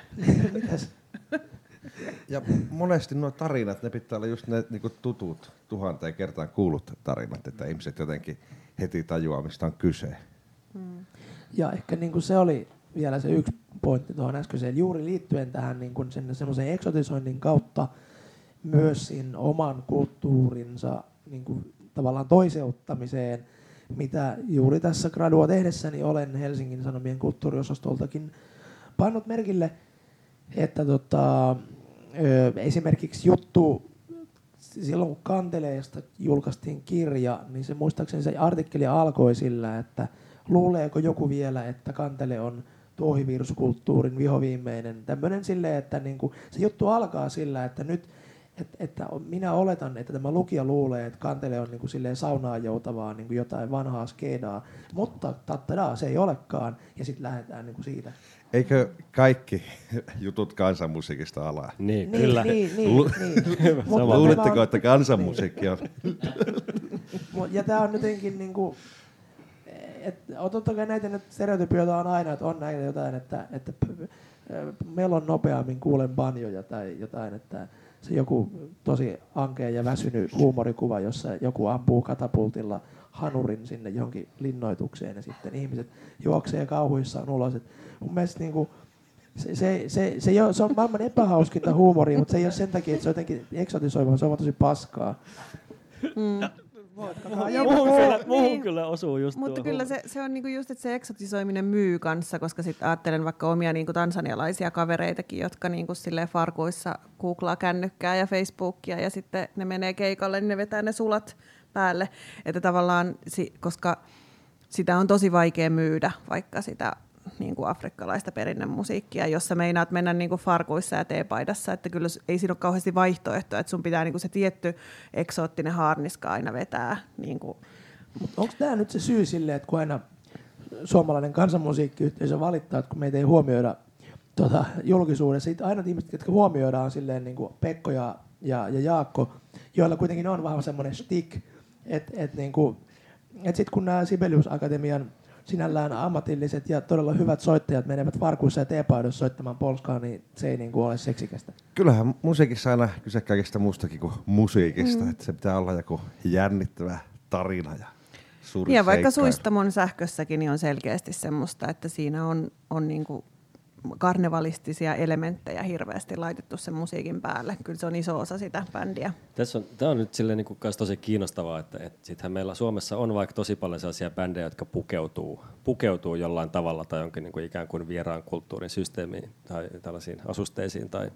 Ja monesti nuo tarinat, ne pitää olla just ne niinku tutut, 1000 kertaan kuullut tarinat, että ihmiset jotenkin heti tajuaa, mistä on kyse. Ja ehkä niin kuin se oli vielä se yksi pointti tuohon äskeiseen, juuri liittyen tähän niin kuin sen semmoisen eksotisoinnin kautta myös siinä oman kulttuurinsa niin kuin tavallaan toiseuttamiseen, mitä juuri tässä gradua tehdessäni olen Helsingin Sanomien kulttuuriosastoltakin pannut merkille, että esimerkiksi juttu silloin kun Kanteleesta julkaistiin kirja, niin se muistaakseni se artikkeli alkoi sillä, että luuleeko joku vielä, että Kantele on tuohivirsukulttuurin vihoviimeinen. Tämmöinen silleen, että niinku, se juttu alkaa sillä, että nyt että minä oletan, että tämä lukija luulee, että Kantele on niinku silleen saunaan joutavaa niinku jotain vanhaa skedaa, mutta tattadaa, se ei olekaan, ja sitten lähdetään niinku siitä. Eikö kaikki jutut kansanmusiikista alaa? Niin, kyllä. Niin. Luuletteko, että kansanmusiikki on? Ja tämä on jotenkin niinku, totta kai näitä nyt stereotypioita on aina, että on näitä jotain, että meillä on nopeammin kuulen banjoja tai jotain, että se joku tosi ankea ja väsynyt huumorikuva, jossa joku ampuu katapultilla hanurin sinne johonkin linnoitukseen ja sitten ihmiset juoksee kauhuissaan ulos. Et mun mielestä niinku, se on maailman epähauskinta huumoria, mutta se ei ole sen takia, että se on jotenkin eksotisoiva, se on vaan tosi paskaa. Muuhun kyllä osuu just mutta tuo kyllä se on niinku just, että se eksotisoiminen myy kanssa, koska sitten ajattelen vaikka omia niinku tansanialaisia kavereitakin, jotka niinku silleen farkuissa googlaa kännykkää ja Facebookia ja sitten ne menee keikalle, niin ne vetää ne sulat päälle. Että tavallaan, koska sitä on tosi vaikea myydä, vaikka sitä niinku afrikkalaista perinnemusiikkia, jossa meinaat mennä niinku farkuissa ja teepaidassa, että kyllä ei siinä ole kauheasti vaihtoehtoa, että sun pitää niinku se tietty eksoottinen haarniska aina vetää. Niinku. Onko tämä nyt se syy silleen, että kun aina suomalainen kansanmusiikkiyhteisö valittaa, että kun meitä ei huomioida julkisuudessa, aina ihmiset, jotka huomioidaan silleen niin kuin Pekko ja Jaakko, joilla kuitenkin on vähän semmoinen stick, että sitten kun nämä Sibelius Akatemian sinällään ammatilliset ja todella hyvät soittajat menevät farkuissa ja teepaidossa soittamaan polskaa, niin se ei niinku ole seksikästä. Kyllähän musiikissa aina kyse kaikesta muustakin kuin musiikista, että se pitää olla joku jännittävä tarina ja suuri ja vaikka seikkailu. Suistamon sähkössäkin niin on selkeästi semmoista, että siinä on niinku karnevalistisia elementtejä hirveästi laitettu sen musiikin päälle. Kyllä se on iso osa sitä bändiä. Tämä on nyt silleen niin tosi kiinnostavaa, että sittenhän meillä Suomessa on vaikka tosi paljon sellaisia bändejä, jotka pukeutuu jollain tavalla tai jonkin niin kuin ikään kuin vieraan kulttuurin systeemiin tai tällaisiin asusteisiin tai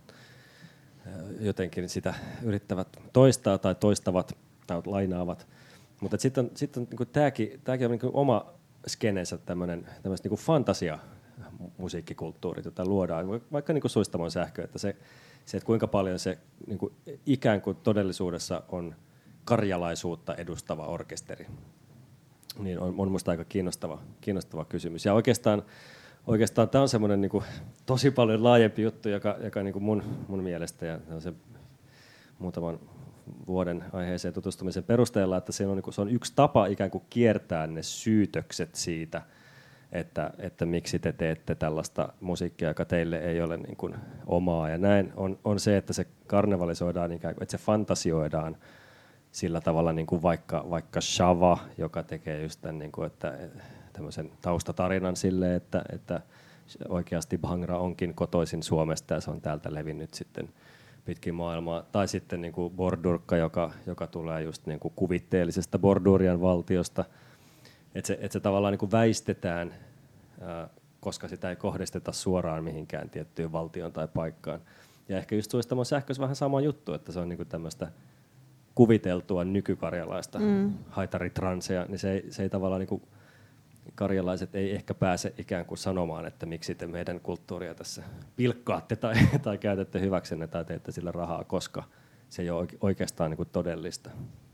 jotenkin sitä yrittävät toistaa tai toistavat tai lainaavat. Mutta sitten niin tämäkin on niin oma skeneensä tämmöistä niin fantasia musiikkikulttuurit, jota luodaan, vaikka niin kuin Suistamon sähkö, että se, että kuinka paljon se niin kuin ikään kuin todellisuudessa on karjalaisuutta edustava orkesteri, niin on minusta aika kiinnostava kysymys. Ja oikeastaan tämä on semmoinen niin kuin tosi paljon laajempi juttu, joka niin kuin mun mielestä ja se muutaman vuoden aiheeseen tutustumisen perusteella, että se on yksi tapa ikään kuin kiertää ne syytökset siitä, että miksi te teette tällaista musiikkia, joka teille ei ole niin kuin omaa. Ja näin on se, että se karnevalisoidaan ikään kuin, että se fantasioidaan sillä tavalla niin kuin vaikka Shava, joka tekee just tämän, niin kuin, että tämmöisen taustatarinan sille, että oikeasti Bhangra onkin kotoisin Suomesta ja se on täältä levinnyt sitten pitkin maailmaa. Tai sitten niin kuin Bordurkka, joka tulee just niin kuin kuvitteellisesta Bordurian valtiosta. Että se tavallaan niin kuin väistetään, koska sitä ei kohdisteta suoraan mihinkään tiettyyn valtioon tai paikkaan. Ja ehkä just Suistamon sähkössä vähän sama juttu, että se on niin kuin tämmöistä kuviteltua nykykarjalaista haitaritransea, niin se ei tavallaan niin kuin karjalaiset ei ehkä pääse ikään kuin sanomaan, että miksi te meidän kulttuuria tässä pilkkaatte tai käytätte hyväksenne tai teette sillä rahaa, koska se ei ole oikeastaan niin kuin todellista.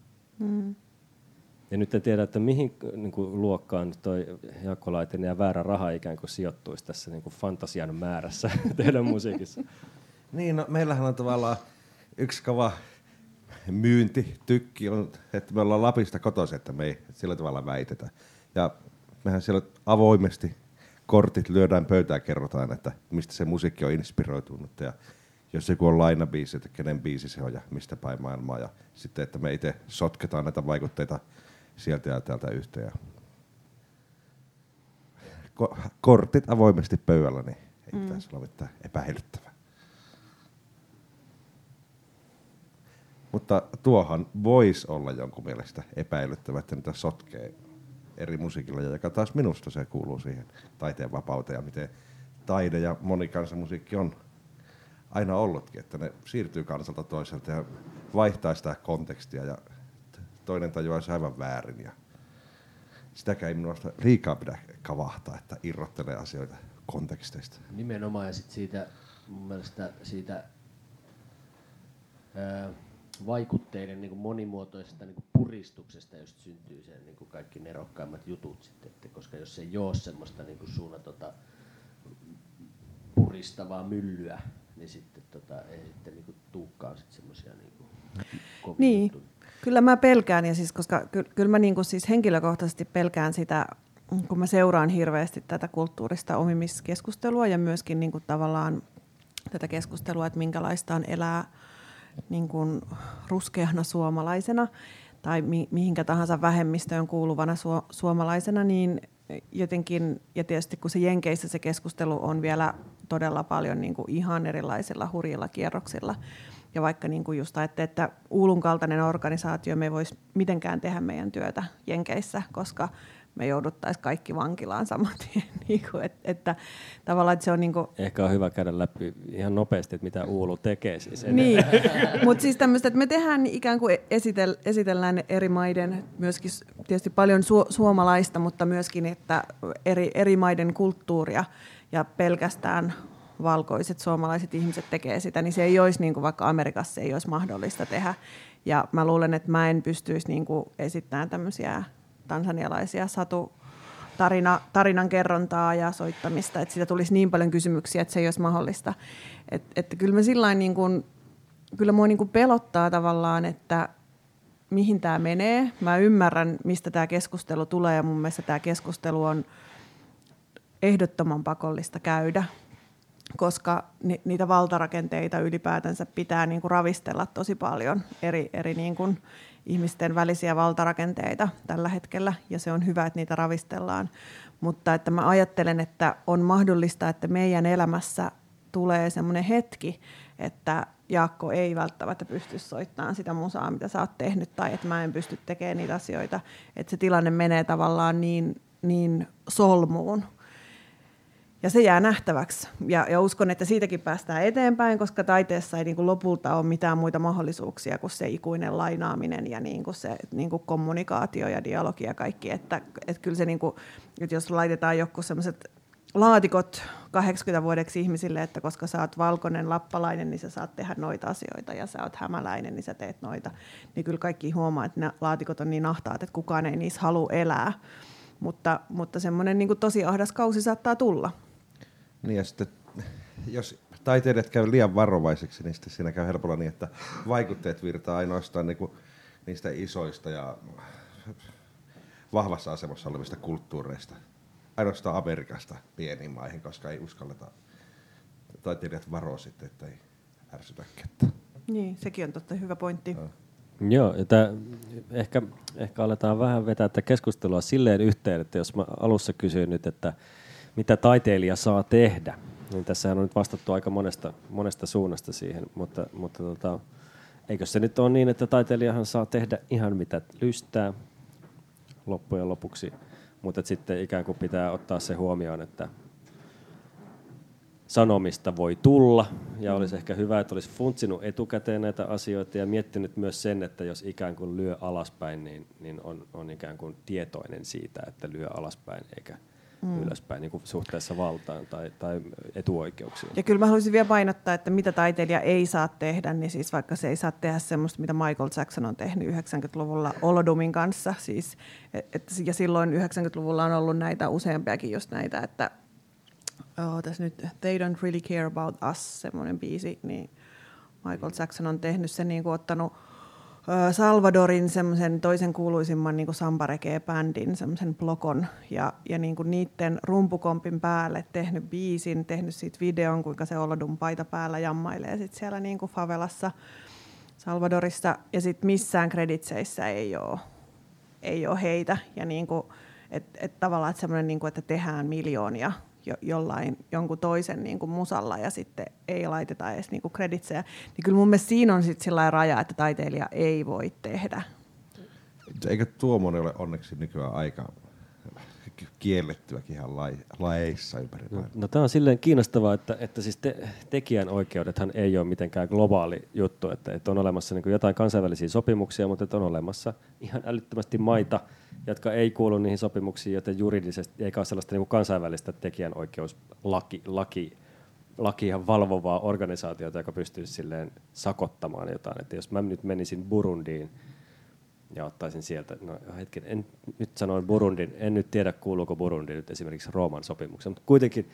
Ja nyt en tiedä, että mihin niin kuin luokkaan toi Jaakko Laitinen ja Väärä raha ikään kuin sijoittuisi tässä niin kuin fantasian määrässä teidän musiikissa. Niin, no, meillähän on tavallaan yksi kova myyntitykki on, että me ollaan Lapista kotoisin, että me ei sillä tavalla väitetä. Ja mehän siellä avoimesti kortit lyödään pöytään ja kerrotaan, että mistä se musiikki on inspiroitunut. Ja jos joku on lainabiisi, että kenen biisi se on ja mistä päin maailmaa. Ja sitten, että me itse sotketaan näitä vaikutteita sieltä ja täältä yhteen. kortit avoimesti pöydällä, niin ei pitäisi olla mitään epäilyttävää. Mutta tuohan voisi olla jonkun mielestä epäilyttävää, että niitä sotkee eri musiikilajeja, joka taas minusta se kuuluu siihen taiteen vapauteen ja miten taide ja monikansanmusiikki on aina ollutkin, että ne siirtyy kansalta toiselta ja vaihtaa sitä kontekstia ja toinen tajuaa se aivan väärin. Ja sitäkään ei minusta liikaa pidä kavahtaa, että irrottelee asioita konteksteista. Nimenomaan ja sit siitä, mun mielestä siitä vaikutteiden niin kuin monimuotoisesta niin kuin puristuksesta, josta syntyy sen niin kuin kaikki nerokkaimmat jutut sitten, että koska jos ei ole semmoista niin kuin suunnatonta puristavaa myllyä, niin sitten ei sitten niin kuin tuukkaan sitten semmoisia niin kuin kovia niin. juttuja. Kyllä mä pelkään, ja siis, koska kyllä mä niin kuin siis henkilökohtaisesti pelkään sitä, kun mä seuraan hirveästi tätä kulttuurista omimiskeskustelua ja myöskin niin kuin tavallaan tätä keskustelua, että minkälaista on elää niin kuin ruskeana suomalaisena tai mihinkä tahansa vähemmistöön kuuluvana suomalaisena, niin jotenkin, ja tietysti kun se Jenkeissä se keskustelu on vielä todella paljon niin kuin ihan erilaisilla hurjilla kierroksilla, ja vaikka niin kuin just että Oulun kaltainen organisaatio me ei voisi mitenkään tehdä meidän työtä Jenkeissä, koska me jouduttaisiin kaikki vankilaan saman tien. Niin kuin, että tavallaan, että se on niin kuin Ehkä on hyvä käydä läpi ihan nopeasti, että mitä Oulu tekee siis. Niin, mutta siis tämmöistä, että me tehdään ikään kuin esitellään eri maiden, myöskin tietysti paljon suomalaista, mutta myöskin, että eri maiden kulttuuria ja pelkästään valkoiset suomalaiset ihmiset tekee sitä, niin se ei olisi niin kuin vaikka Amerikassa ei olisi mahdollista tehdä. Ja mä luulen, että mä en pystyisi niin kuin esittämään tämmöisiä tansanialaisia tarinan kerrontaa ja soittamista, että siitä tulisi niin paljon kysymyksiä, että se ei olisi mahdollista. Että kyllä mä sillain niin kuin, kyllä mua niin kuin pelottaa tavallaan, että mihin tämä menee. Mä ymmärrän, mistä tämä keskustelu tulee, ja mun mielestä tämä keskustelu on ehdottoman pakollista käydä, koska niitä valtarakenteita ylipäätänsä pitää niin kuin ravistella tosi paljon eri niin kuin ihmisten välisiä valtarakenteita tällä hetkellä, ja se on hyvä, että niitä ravistellaan. Mutta että mä ajattelen, että on mahdollista, että meidän elämässä tulee semmoinen hetki, että Jaakko ei välttämättä pysty soittamaan sitä musaa, mitä sä oot tehnyt, tai että mä en pysty tekemään niitä asioita. Että se tilanne menee tavallaan niin solmuun. Ja se jää nähtäväksi. Ja uskon, että siitäkin päästään eteenpäin, koska taiteessa ei niin kuin lopulta ole mitään muita mahdollisuuksia kuin se ikuinen lainaaminen ja niin kuin se niin kuin kommunikaatio ja dialogi ja kaikki. Että kyllä se, niin kuin, että jos laitetaan joku sellaiset laatikot 80 vuodeksi ihmisille, että koska sä oot valkoinen lappalainen, niin sä saat tehdä noita asioita, ja sä oot hämäläinen, niin sä teet noita. Niin kyllä kaikki huomaa, että ne laatikot on niin ahtaat, että kukaan ei niissä halua elää. Mutta semmoinen niin kuin tosi ahdas kausi saattaa tulla. Niin ja sitten, jos taiteilijat käy liian varovaiseksi, niin sitten siinä käy helpolla niin, että vaikutteet virtaa ainoastaan niin kuin niistä isoista ja vahvassa asemassa olevista kulttuureista. Ainoastaan Amerikasta pieniin maihin, koska ei uskalleta taiteilijat varoa sitten, että ei ärsytä ketään. Niin, sekin on totta hyvä pointti. Joo, ja ehkä aletaan vähän vetää tätä keskustelua silleen yhteen, että jos mä alussa kysyin nyt, että mitä taiteilija saa tehdä, niin tässähän on nyt vastattu aika monesta suunnasta siihen, mutta eikö se nyt ole niin, että taiteilijahan saa tehdä ihan mitä lystää loppujen lopuksi, mutta sitten ikään kuin pitää ottaa se huomioon, että sanomista voi tulla, ja olisi ehkä hyvä, että olisi funtsinut etukäteen näitä asioita ja miettinyt myös sen, että jos ikään kuin lyö alaspäin, niin on ikään kuin tietoinen siitä, että lyö alaspäin eikä ylöspäin niin kuin suhteessa valtaan tai etuoikeuksiin. Ja kyllä mä haluaisin vielä painottaa, että mitä taiteilija ei saa tehdä, niin siis vaikka se ei saa tehdä semmoista, mitä Michael Jackson on tehnyt 90-luvulla Olodumin kanssa. Siis, ja silloin 90-luvulla on ollut näitä useampiakin just näitä, että tässä nyt They Don't Really Care About Us, semmoinen biisi, niin Michael Jackson on tehnyt sen, niin kuin ottanut Salvadorin semmoisen toisen kuuluisimman niin kuin samba reggae-bändin, semmoisen blokon, ja niin kuin niiden rumpukompin päälle tehnyt biisin, tehnyt siitä videon, kuinka se Olodum paita päällä jammailee sit siellä niin kuin favelassa Salvadorissa, ja sitten missään kreditseissä ei ole heitä, ja niin kuin, Että tavallaan että semmoinen, niin kuin, että tehdään miljoonia jonkun toisen niin kuin musalla ja sitten ei laiteta edes niin kuin kreditsejä, niin kyllä mun mielestä siinä on sitten sellainen raja, että taiteilija ei voi tehdä. Eikö tuommoinen ole onneksi nykyään aika kiellettyäkin ihan laeissa ympäri maailmaa? No tämä on silleen kiinnostavaa, että siis tekijänoikeudethan ei ole mitenkään globaali juttu, että on olemassa niin kuin jotain kansainvälisiä sopimuksia, mutta että on olemassa ihan älyttömästi maita, jotka ei kuulu niihin sopimuksiin, joten juridisesti eikä ole sellaista niin kuin kansainvälistä tekijänoikeuslakia valvovaa organisaatiota, joka pystyisi silleen sakottamaan jotain. Että jos mä nyt menisin Burundiin ja ottaisin sieltä, no hetken, nyt sanoin Burundin, en nyt tiedä kuuluuko Burundi nyt esimerkiksi Rooman sopimukseen, mutta kuitenkin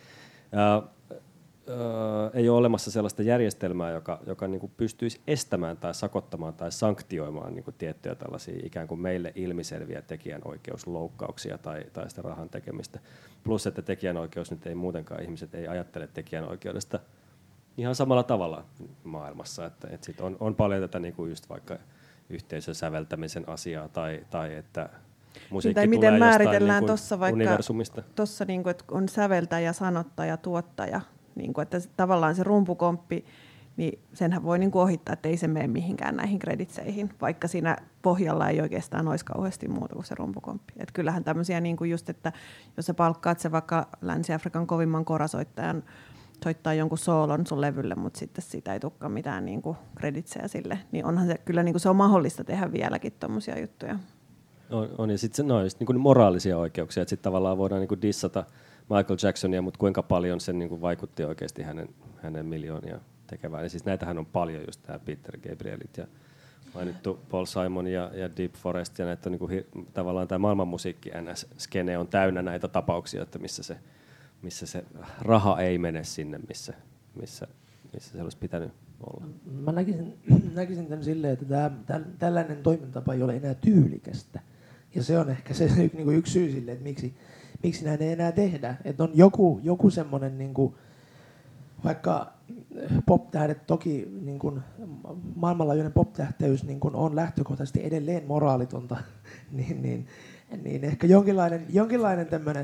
ei ole olemassa sellaista järjestelmää, joka niin kuin pystyisi estämään tai sakottamaan tai sanktioimaan niin kuin tiettyjä tällaisia ikään kuin meille ilmiselviä tekijänoikeusloukkauksia tai sitä rahan tekemistä. Plus, että tekijänoikeus nyt ei muutenkaan, ihmiset ei ajattele tekijänoikeudesta ihan samalla tavalla maailmassa. Että sit on paljon tätä niin kuin just vaikka yhteisösäveltämisen asiaa tai että musiikki tai tulee miten määritellään tuossa vaikka universumista. Tuossa niin kuin, että on säveltäjä, sanottaja, tuottaja, niin kuin, että tavallaan se rumpukomppi, niin senhän voi niin kuin ohittaa, että ei se mene mihinkään näihin kreditseihin, vaikka siinä pohjalla ei oikeastaan olisi kauheasti muuta kuin se rumpukomppi. Että kyllähän tämmöisiä niin kuin just, että jos sä palkkaat se vaikka Länsi-Afrikan kovimman korasoittajan soittaa jonkun soolon sun levylle, mutta sitten siitä ei tulekaan mitään niin kuin kreditsejä sille, niin onhan se kyllä niin kuin se on mahdollista tehdä vieläkin tommosia juttuja. On ja sitten no, niin moraalisia oikeuksia, että sitten tavallaan voidaan niin kuin dissata Michael Jacksonia, mutta kuinka paljon se niin kuin vaikutti oikeasti hänen miljoonia tekevään. Ja siis näitähän on paljon, just tämä Peter Gabrielit ja mainittu Paul Simon ja Deep Forest, ja näitä on niin kuin, tavallaan tämä maailmanmusiikki NS-skene on täynnä näitä tapauksia, että missä se raha ei mene sinne, missä se olisi pitänyt olla. Mä näkisin tämän silleen, että tällainen toimintatapa ei ole enää tyylikästä. Ja se on ehkä se niin yksi syy sille, että miksi näin ei enää tehdä. Että on joku semmoinen, niin kuin, vaikka pop-tähdet toki, niin kuin, maailmanlaajuinen pop-tähteys niin kuin on lähtökohtaisesti edelleen moraalitonta, niin ehkä jonkinlainen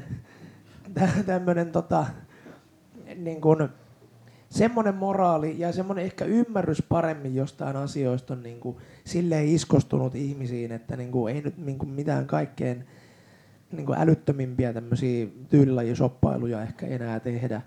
tämmöinen niin kuin, semmoinen moraali ja semmoinen ehkä ymmärrys paremmin jostain asioista on niin kuin silleen iskostunut ihmisiin, että niin kuin ei nyt niin kuin mitään kaikkein niin kuin älyttömimpiä tämmöisiä tyylilajisoppailuja ehkä enää tehdä.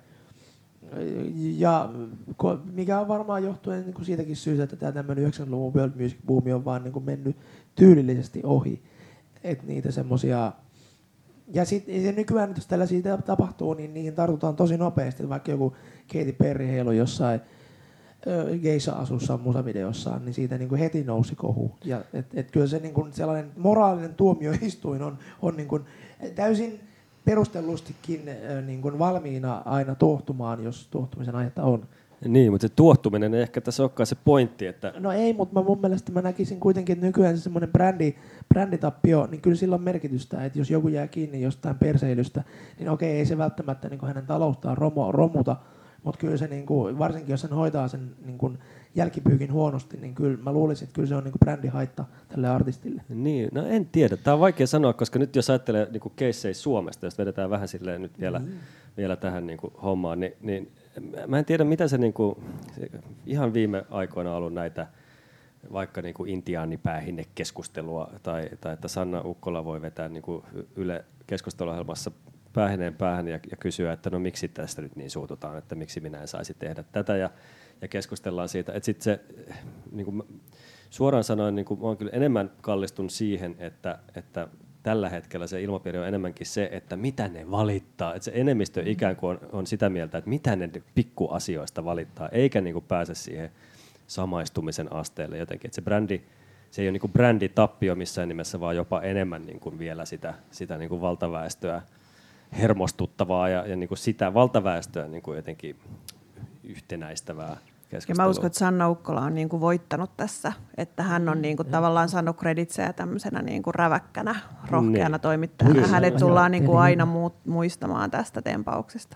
Ja mikä on varmaan johtuen niin kuin siitäkin syystä, että tämä tämmöinen 90-luvun world music boomi on vaan niin kuin mennyt tyylillisesti ohi. Että niitä semmoisia. Ja sitten nykyään, jos tällaisia tapahtuu, niin niihin tartutaan tosi nopeasti. Vaikka joku Katy Perry heilu jossain geisha-asussa musavideossaan, niin siitä niin kuin heti nousi kohu. Ja et kyllä se niin kuin sellainen moraalinen tuomioistuin on niin kuin täysin perustellustikin niin kuin valmiina aina tuohtumaan, jos tuohtumisen aihetta on. Niin, mutta se tuottuminen ei ehkä tässä olekaan se pointti. Että no ei, mutta mun mielestä mä näkisin kuitenkin, että nykyään se semmoinen bränditappio, niin kyllä sillä on merkitystä, että jos joku jää kiinni jostain perseilystä, niin okei, ei se välttämättä niin kuin hänen talouttaan romuta, mutta kyllä se, niin kuin, varsinkin jos hän hoitaa sen niin kuin jälkipyykin huonosti, niin kyllä mä luulisin, että kyllä se on niin kuin brändihaitta tälle artistille. Niin, no en tiedä. Tämä on vaikea sanoa, koska nyt jos ajattelee niin kuin keissejä Suomesta, jos vedetään vähän silleen nyt vielä tähän niin kuin hommaan, niin mä en tiedä, mitä se, niinku, ihan viime aikoina on ollut näitä vaikka niinku intiaanipäähinnekeskustelua tai että Sanna Ukkola voi vetää niinku Yle keskusteluohjelmassa päähineen päähän ja kysyä, että no miksi tästä nyt niin suututaan, että miksi minä en saisi tehdä tätä ja keskustellaan siitä. Että sit se, niinku, suoraan sanoen niinku, mä oon kyllä enemmän kallistun siihen, että tällä hetkellä se ilmapiiri on enemmänkin se, että mitä ne valittaa. Että se enemmistö ikään kuin on sitä mieltä, että mitä ne pikkuasioista valittaa, eikä niin kuin pääse siihen samaistumisen asteelle jotenkin. Että se brändi, se ei ole niin kuin bränditappio missään nimessä, vaan jopa enemmän niin kuin vielä sitä niin kuin valtaväestöä hermostuttavaa ja niin kuin sitä valtaväestöä niin kuin jotenkin yhtenäistävää. Ja mä uskon, että Sanna Ukkola on niin kuin voittanut tässä, että hän on niin kuin tavallaan saanut kreditsejä tämmöisenä niin kuin räväkkänä, rohkeana toimittajana. Hänet tullaan niin kuin aina muistamaan tästä tempauksesta.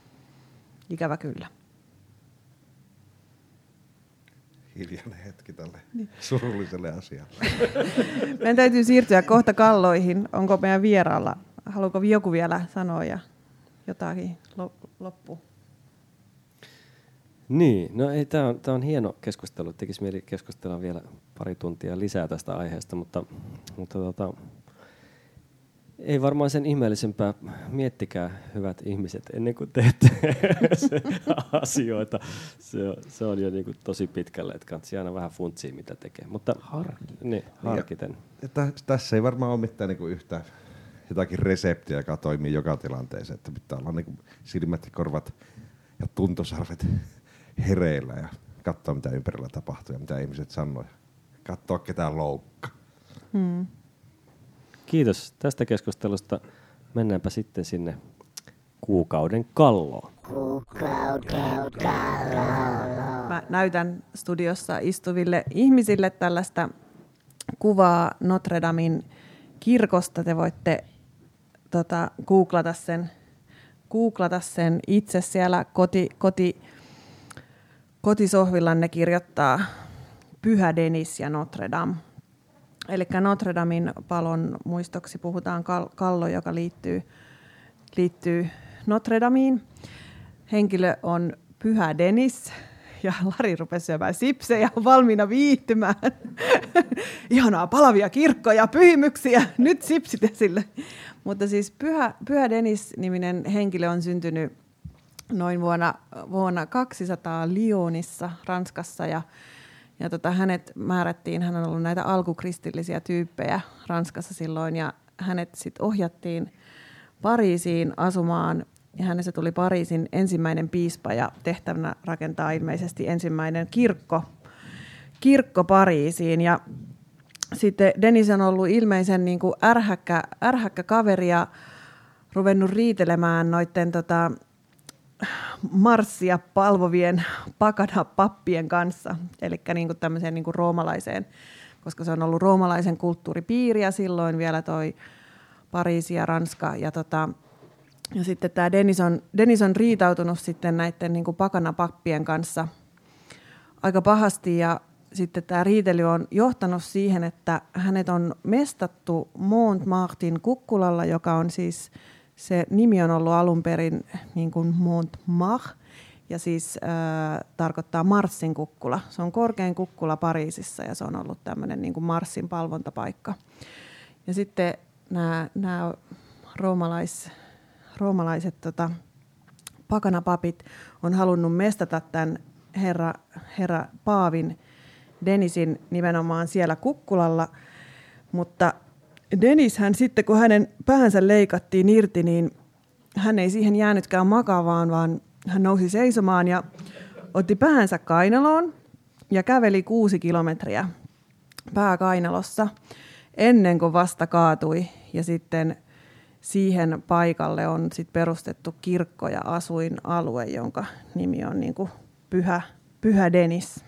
Ikävä kyllä. Hiljainen hetki tälle surulliselle asialle. Meidän täytyy siirtyä kohta kalloihin. Onko meidän vieraalla haluaako joku vielä sanoa ja jotakin loppuun? Niin, no ei, tämä on hieno keskustelu. Tekisi mieli keskustella vielä pari tuntia lisää tästä aiheesta, mutta ei varmaan sen ihmeellisempää. Miettikää, hyvät ihmiset, ennen kuin teette asioita. Se on jo niin kuin tosi pitkälle, että kannattaa aina vähän funtsia, mitä tekee. Mutta harkiten. Tässä ei varmaan ole mitään niin kuin yhtä jotakin reseptiä, joka toimii joka tilanteeseen. Että pitää olla niin kuin silmät ja korvat ja tuntosarvet hereillä ja katsoa, mitä ympärillä tapahtuu ja mitä ihmiset sanoo. Katsoa, ketään loukkaa. Kiitos tästä keskustelusta. Mennäänpä sitten sinne kuukauden kalloon. Mä näytän studiossa istuville ihmisille tällaista kuvaa Notre Damen kirkosta. Te voitte googlata sen itse siellä kotisohvillanne kirjoittaa Pyhä Denis ja Notre Dame. Eli Notre Damen palon muistoksi puhutaan kallo, joka liittyy Notre Dameen. Henkilö on Pyhä Denis ja Lari rupesi syömään sipsejä, on valmiina viihtymään. Ihanaa palavia kirkkoja, pyhimyksiä, nyt sipsit esille. Mutta siis Pyhä Denis-niminen henkilö on syntynyt noin vuonna 200 Lyonissa, Ranskassa, ja hänet määrättiin, hän on ollut näitä alkukristillisiä tyyppejä Ranskassa silloin, ja hänet sitten ohjattiin Pariisiin asumaan, ja hänestä tuli Pariisin ensimmäinen piispa, ja tehtävänä rakentaa ilmeisesti ensimmäinen kirkko Pariisiin, ja sitten Denis on ollut ilmeisen niin kuin ärhäkkä kaveri, ja ruvennut riitelemään noiden marssia palvovien pakana-pappien kanssa, eli niin kuin tämmöiseen niin kuin roomalaiseen, koska se on ollut roomalaisen kulttuuripiiri ja silloin vielä toi Pariisi ja Ranska. Ja sitten tämä Denis on riitautunut sitten näiden niin kuin pakana-pappien kanssa aika pahasti, ja sitten tämä riitely on johtanut siihen, että hänet on mestattu Montmartin kukkulalla, joka on siis, se nimi on ollut alun perin niin kuin Montmartre, ja siis tarkoittaa Marsin kukkula. Se on korkein kukkula Pariisissa, ja se on ollut tämmöinen niin kuin Marsin palvontapaikka. Ja sitten nämä roomalaiset pakanapapit on halunnut mestata tämän herra Paavin Denisin nimenomaan siellä kukkulalla, mutta Denis hän sitten, kun hänen päänsä leikattiin irti, niin hän ei siihen jäänytkään makaamaan, vaan hän nousi seisomaan ja otti päänsä kainaloon ja käveli 6 kilometriä pääkainalossa ennen kuin vasta kaatui. Ja sitten siihen paikalle on sit perustettu kirkko ja asuinalue, jonka nimi on niin kuin Pyhä Denis.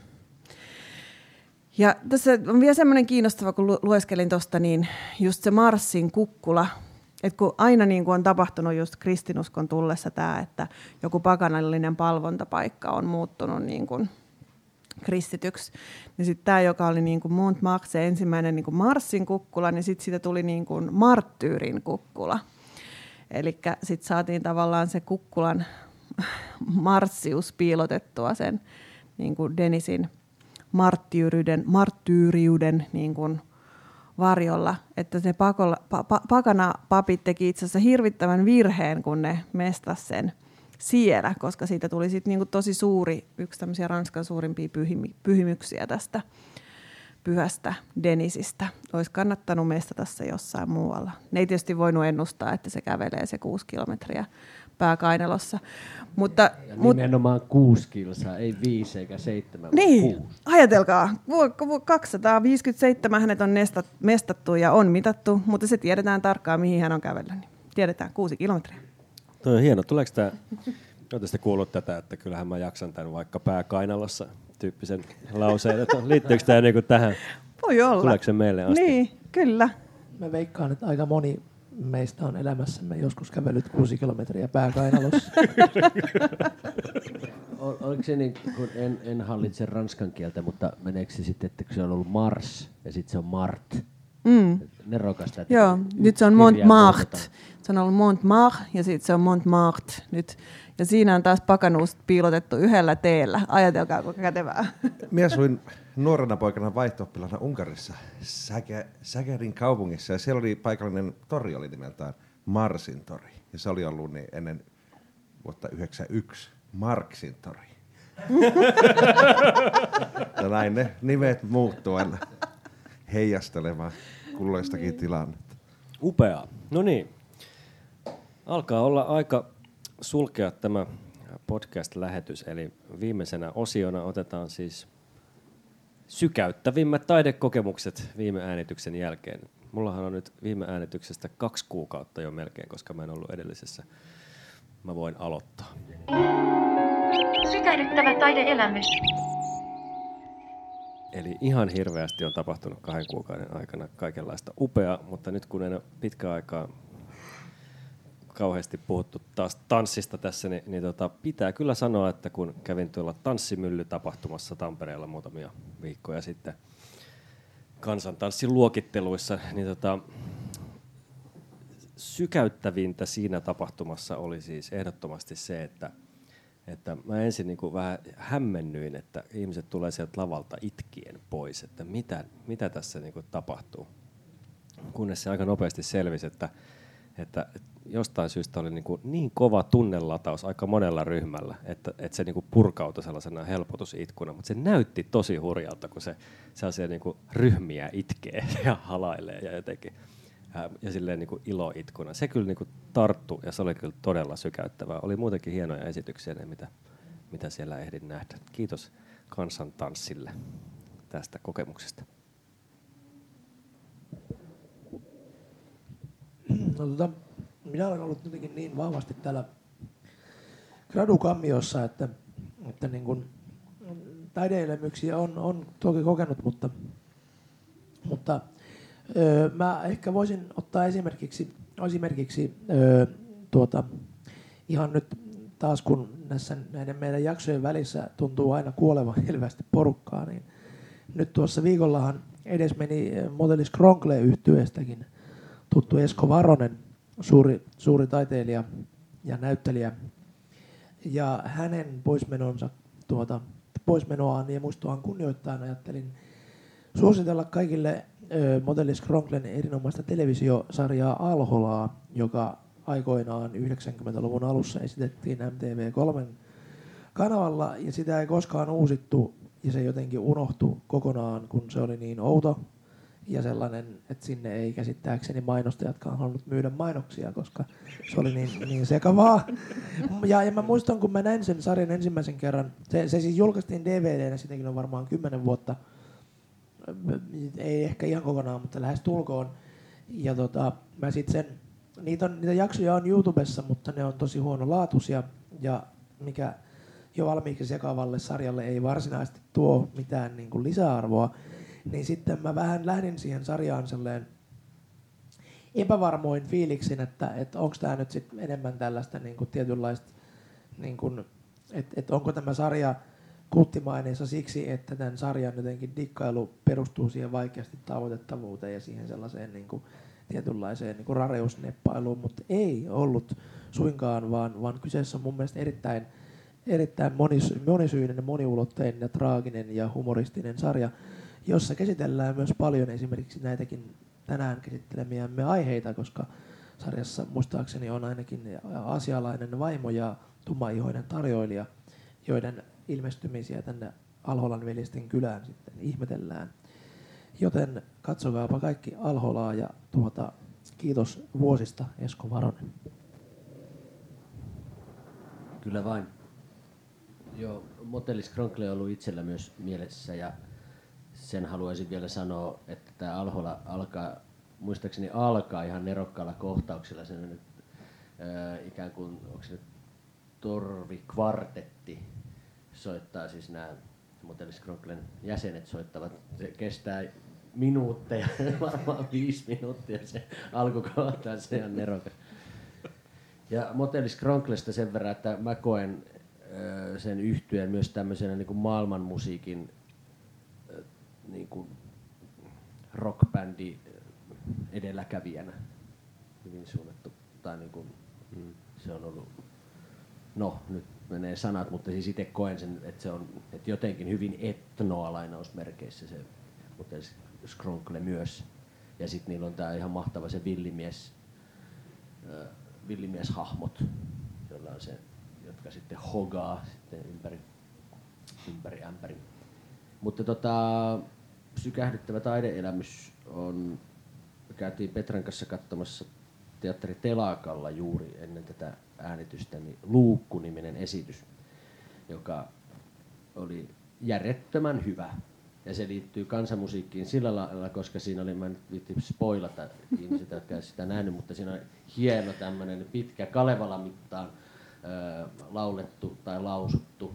Ja tässä on vielä semmoinen kiinnostava, kun lueskelin tuosta, niin just se Marsin kukkula, että kun aina niin kuin on tapahtunut just kristinuskon tullessa tämä, että joku pakanallinen palvontapaikka on muuttunut niin kuin kristityksi, niin sitten tämä, joka oli niin kuin Montmartre, se ensimmäinen niin kuin Marsin kukkula, niin sitten siitä tuli niin kuin marttyyrin kukkula. Eli sitten saatiin tavallaan se kukkulan marssius piilotettua sen niin kuin Denisin marttyyriuden niin kuin varjolla, että ne pakanapapit teki itse asiassa hirvittävän virheen, kun ne mestasi sen siellä, koska siitä tuli sitten niin kuin tosi suuri, yksi tämmöisiä Ranskan suurimpia pyhimyksiä tästä pyhästä Denisistä. Olisi kannattanut mestata se jossain muualla. Ne ei tietysti voinut ennustaa, että se kävelee se 6 kilometriä pääkainalossa. Mutta nimenomaan 6 kilsaa, ei 5 eikä 7, niin, vaan 6. Ajatelkaa, 257 hänet on mestattu ja on mitattu, mutta se tiedetään tarkkaan, mihin hän on kävellyt. Niin tiedetään 6 kilometriä. Tuo on hieno. Tuleeko tämä, oletteko te kuullut tätä, että kyllähän mä jaksan tämän vaikka pääkainalossa tyyppisen lauseen, että liittyykö tämä niinku tähän? Voi olla. Tuleeko se meille asti? Niin, kyllä. Mä veikkaan, että aika moni meistä on elämässämme joskus kävellyt 6 kilometriä pääkainalossa. Oliko se niin, kun en hallitse ranskan kieltä, mutta meneekö se sitten, että se on ollut Mars ja sitten se on Mart? Mm. Nerokasta. Joo, nyt se on Montmartre. Se on ollut Montmartre ja sitten se on Montmartre nyt. Ja siinä on taas pakanuus piilotettu yhdellä teellä. Ajatelkaa, kuinka kätevää. Minä asuin nuorena poikana vaihto-oppilaana Unkarissa, Sägerin kaupungissa, ja siellä oli paikallinen tori, oli nimeltään Marsin tori. Ja se oli ollut niin ennen vuotta 1991 Marksin tori. Ja näin ne nimet muuttuu aina heijastelemaan kulloistakin tilannetta. Upeaa. No niin. Alkaa olla aika sulkea tämä podcast-lähetys, eli viimeisenä osiona otetaan siis sykäyttävimmät taidekokemukset viime äänityksen jälkeen. Mullahan on nyt viime äänityksestä 2 kuukautta jo melkein, koska mä en ollut edellisessä. Mä voin aloittaa. Sykähdyttävä taideelämys. Eli ihan hirveästi on tapahtunut 2 kuukauden aikana kaikenlaista upeaa, mutta nyt kun en ole pitkään aikaa kauheasti puhuttu taas tanssista tässä, niin pitää kyllä sanoa, että kun kävin tuolla Tanssimylly-tapahtumassa Tampereella muutamia viikkoja sitten kansantanssin luokitteluissa, niin sykäyttävintä siinä tapahtumassa oli siis ehdottomasti se, että mä ensin niin kuin vähän hämmennyin, että ihmiset tulee sieltä lavalta itkien pois, että mitä tässä niin kuin tapahtuu. Kunnes se aika nopeasti selvisi, että jostain syystä oli niin kova tunnelataus aika monella ryhmällä, että se niin kuin purkautui sellaisena helpotusitkuna, mutta se näytti tosi hurjalta, kun se sellaisia niin kuin ryhmiä itkee ja halailee ja jotenkin. Ja silleen niin kuin iloitkuna. Se kyllä niin kuin tarttui ja se oli kyllä todella sykäyttävää. Oli muutenkin hienoja esityksiä, mitä siellä ehdin nähdä. Kiitos kansantanssille tästä kokemuksesta. No, minä olen ollut jotenkin niin vahvasti täällä Gradu-kammiossa, että niin kuin taideelämyksiä on toki kokenut, mutta mä ehkä voisin ottaa esimerkiksi ihan nyt taas kun näiden meidän jaksojen välissä tuntuu aina kuolevan hirveästi porukkaa, niin nyt tuossa viikollahan edes meni Motelis Kronkle-yhtyeestäkin tuttu Esko Varonen, suuri taiteilija ja näyttelijä, ja hänen poismenoaan ja muistoaan kunnioittain ajattelin suositella kaikille Motelis Kronklen erinomaista televisiosarjaa Alholaa, joka aikoinaan 90-luvun alussa esitettiin MTV3 kanavalla, ja sitä ei koskaan uusittu, ja se jotenkin unohtui kokonaan, kun se oli niin outo ja sellainen, että sinne ei käsittääkseni mainostajatkaan halunnut myydä mainoksia, koska se oli niin sekavaa. Ja mä muistan, kun mä näin sen sarjan ensimmäisen kerran, se siis julkaistiin DVD:nä, sitäkin on varmaan 10 vuotta, ei ehkä ihan kokonaan, mutta lähes tulkoon. Ja mä sit niitä jaksoja on YouTubessa, mutta ne on tosi huonolaatuisia, ja mikä jo valmiiksi sekavalle sarjalle ei varsinaisesti tuo mitään niin kuin lisäarvoa, niin sitten mä vähän lähdin siihen sarjaan selleen epävarmoin fiiliksin, että onko tämä nyt sit enemmän tällaista niin kuin tietynlaista, niin kuin, että onko tämä sarja kulttimaineessa siksi, että tämän sarjan jotenkin dikkailu perustuu siihen vaikeasti tavoitettavuuteen ja siihen sellaiseen niin kuin tietynlaiseen niin kuin rareusneppailuun, mutta ei ollut suinkaan, vaan kyseessä on mun mielestä erittäin monisyinen ja moniulotteinen ja traaginen ja humoristinen sarja, jossa käsitellään myös paljon esimerkiksi näitäkin tänään käsittelemiämme aiheita, koska sarjassa muistaakseni on ainakin aasialainen vaimo ja tummaihoinen tarjoilija, joiden ilmestymisiä tänne Alholan veljesten kylään sitten ihmetellään. Joten katsokaapa kaikki Alholaa ja kiitos vuosista, Esko Varonen. Kyllä vain. Joo, Motelis Kronkle on ollut itsellä myös mielessä, ja sen haluaisin vielä sanoa, että tämä Alhola muistaakseni alkaa ihan nerokkaalla kohtauksella. Se on nyt ikään kuin, onko se nyt torvikvartetti soittaa, siis nämä Motelis Kronklen jäsenet soittavat. Se kestää minuutteja, varmaan 5 minuuttia se alkukohtaus, se on nerokas. Ja Motelis Kronklesta sen verran, että mä koen sen yhtyeen myös tämmöisenä niin kuin maailmanmusiikin niin kuin rockbändi edelläkävijänä. Hyvin suunnattu niin kuin, se on ollut, no nyt menee sanat, mutta siis itse koen sen, että se on että jotenkin hyvin etnoa lainausmerkeissä se, mutta Skronkle myös. Ja sitten niillä on tää ihan mahtava se villimieshahmot, joilla on se, jotka sitten hogaa sitten ympäri ämpäri. Mutta sykähdyttävä taideelämys on, käytiin Petran kanssa katsomassa teatteri Telakalla juuri ennen tätä äänitystä, niin Luukku-niminen esitys, joka oli järjettömän hyvä. Ja se liittyy kansanmusiikkiin sillä lailla, koska siinä oli, mä en viitti spoilata ihmiset, jotka eivät sitä nähnyt, mutta siinä on hieno tämmöinen pitkä Kalevala-mittaan laulettu tai lausuttu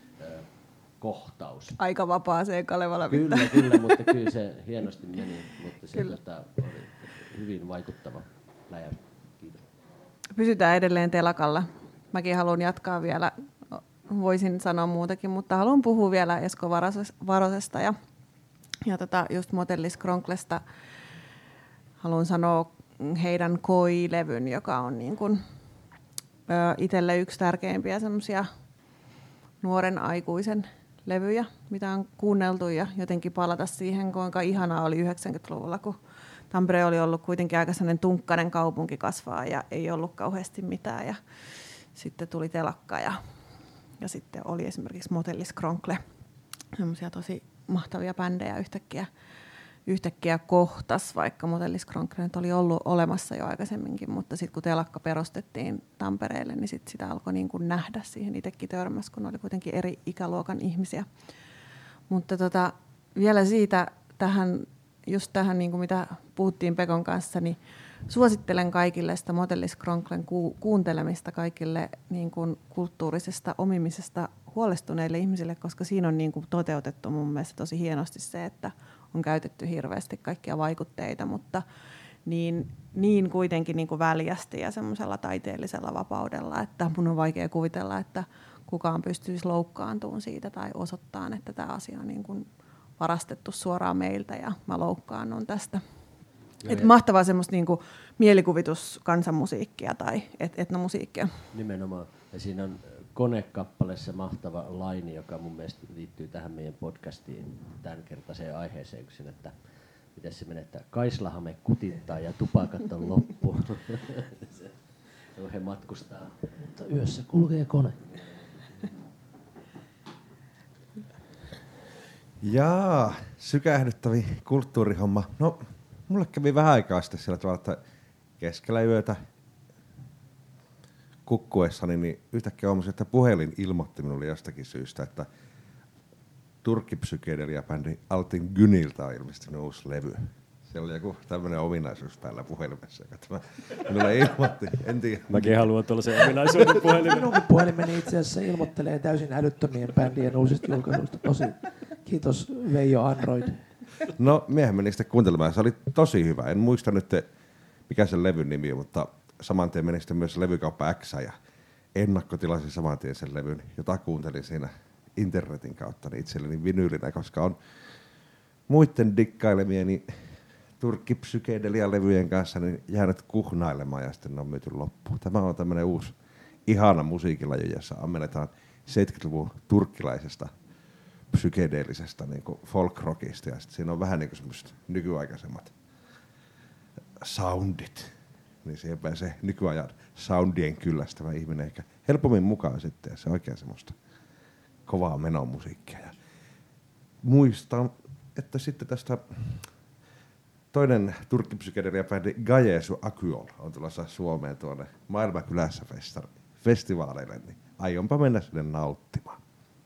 kohtaus. Aika vapaaseen Kalevala-mittaan. Kyllä, mutta kyllä se hienosti meni, mutta se oli hyvin vaikuttava läjä. Kiitos. Pysytään edelleen Telakalla. Mäkin haluan jatkaa vielä, voisin sanoa muutakin, mutta haluan puhua vielä Esko Varosesta ja just Motelli Skronklesta. Haluan sanoa heidän Koi-levyn, joka on niin kuin, itselle yksi tärkeimpiä semmoisia nuoren aikuisen levyjä, mitä on kuunneltu ja jotenkin palata siihen, kuinka ihanaa oli 90-luvulla, kun Tampere oli ollut kuitenkin aika sellainen tunkkainen kaupunki kasvaa ja ei ollut kauheasti mitään. Ja sitten tuli telakka ja sitten oli esimerkiksi Motelli Skronkle. Semmoisia tosi mahtavia bändejä yhtäkkiä kohtas, vaikka Motelli Skronkle oli ollut olemassa jo aikaisemminkin, mutta sitten kun telakka perustettiin Tampereelle, niin sitä alkoi niin kuin nähdä siihen itsekin törmässä, kun oli kuitenkin eri ikäluokan ihmisiä. Mutta vielä siitä just tähän niin kuin mitä puhuttiin Pekon kanssa, niin suosittelen kaikille sitä Motelli Skronklen kuuntelemista kaikille niin kuin kulttuurisesta omimisesta huolestuneille ihmisille, koska siinä on niin kuin toteutettu mun mielestä tosi hienosti se, että on käytetty hirveästi kaikkia vaikutteita, mutta niin kuitenkin niin kuin väljästi ja semmoisella taiteellisella vapaudella, että mun on vaikea kuvitella, että kukaan pystyisi loukkaantumaan siitä tai osoittamaan, että tämä asia on niin kuin varastettu suoraan meiltä ja mä loukkaannun tästä. Mahtavaa semmoista niinku mielikuvituskansanmusiikkia tai etnomusiikkia. Nimenomaan. Ja siinä on Konekappaleessa mahtava laini, joka mun mielestä liittyy tähän meidän podcastiin tämänkertaiseen aiheeseen, kun siinä, että miten se menee, että Kaislahame kutittaa ja tupakat on loppu. He matkustaa. Mutta yössä kulkee kone. Jaa, sykähdyttävi kulttuurihomma. No, mulle kävi vähän aikaa sitten sillä tavalla, että keskellä yötä kukkuessani, niin yhtäkkiä huomasin, että puhelin ilmoitti minulle jostakin syystä, että turkkipsykedelia-bändi Altin Gyniltä on ilmestynyt uusi levy. Siellä oli joku tämmöinen ominaisuus päällä puhelimessa, joka minulle ilmoitti. En tiedä. Mäkin haluan tuollaisen ominaisuuden puhelimen. Minunkin puhelimeni itse asiassa ilmoittelee täysin älyttömien bändien uusista julkaisuista. Tosi kiitos Veijo Android. No, miehen meni sitten kuuntelemaan. Se oli tosi hyvä. En muista nyt, mikä sen levyn nimi on, mutta saman tien meni sitten myös levykauppa X ja ennakkotilasin saman tien sen levyn, jota kuuntelin siinä internetin kautta niin itselleni vinyylinä, koska on muiden dikkailemien turkkipsykedelia-levyjen kanssa niin jäänyt kuhnailemaan ja sitten ne on myyty loppuun. Tämä on tämmöinen uusi ihana musiikilaji, jossa ammennetaan 70-luvun turkkilaisesta psykedeellisestä niin kuin folk-rockista ja siinä on vähän niin kuin semmoiset nykyaikaisemmat soundit. Niin siihen pääsee nykyajan soundien kyllästävä ihminen ehkä helpommin mukaan sitten ja se on oikein semmoista kovaa menomusiikkia. Ja muistan, että sitten tästä toinen turkkipsykedelia-bändi Gajesu Akyol on tulossa Suomeen tuonne Maailmankylässä festivaaleille, niin aionpa mennä sinne nauttimaan.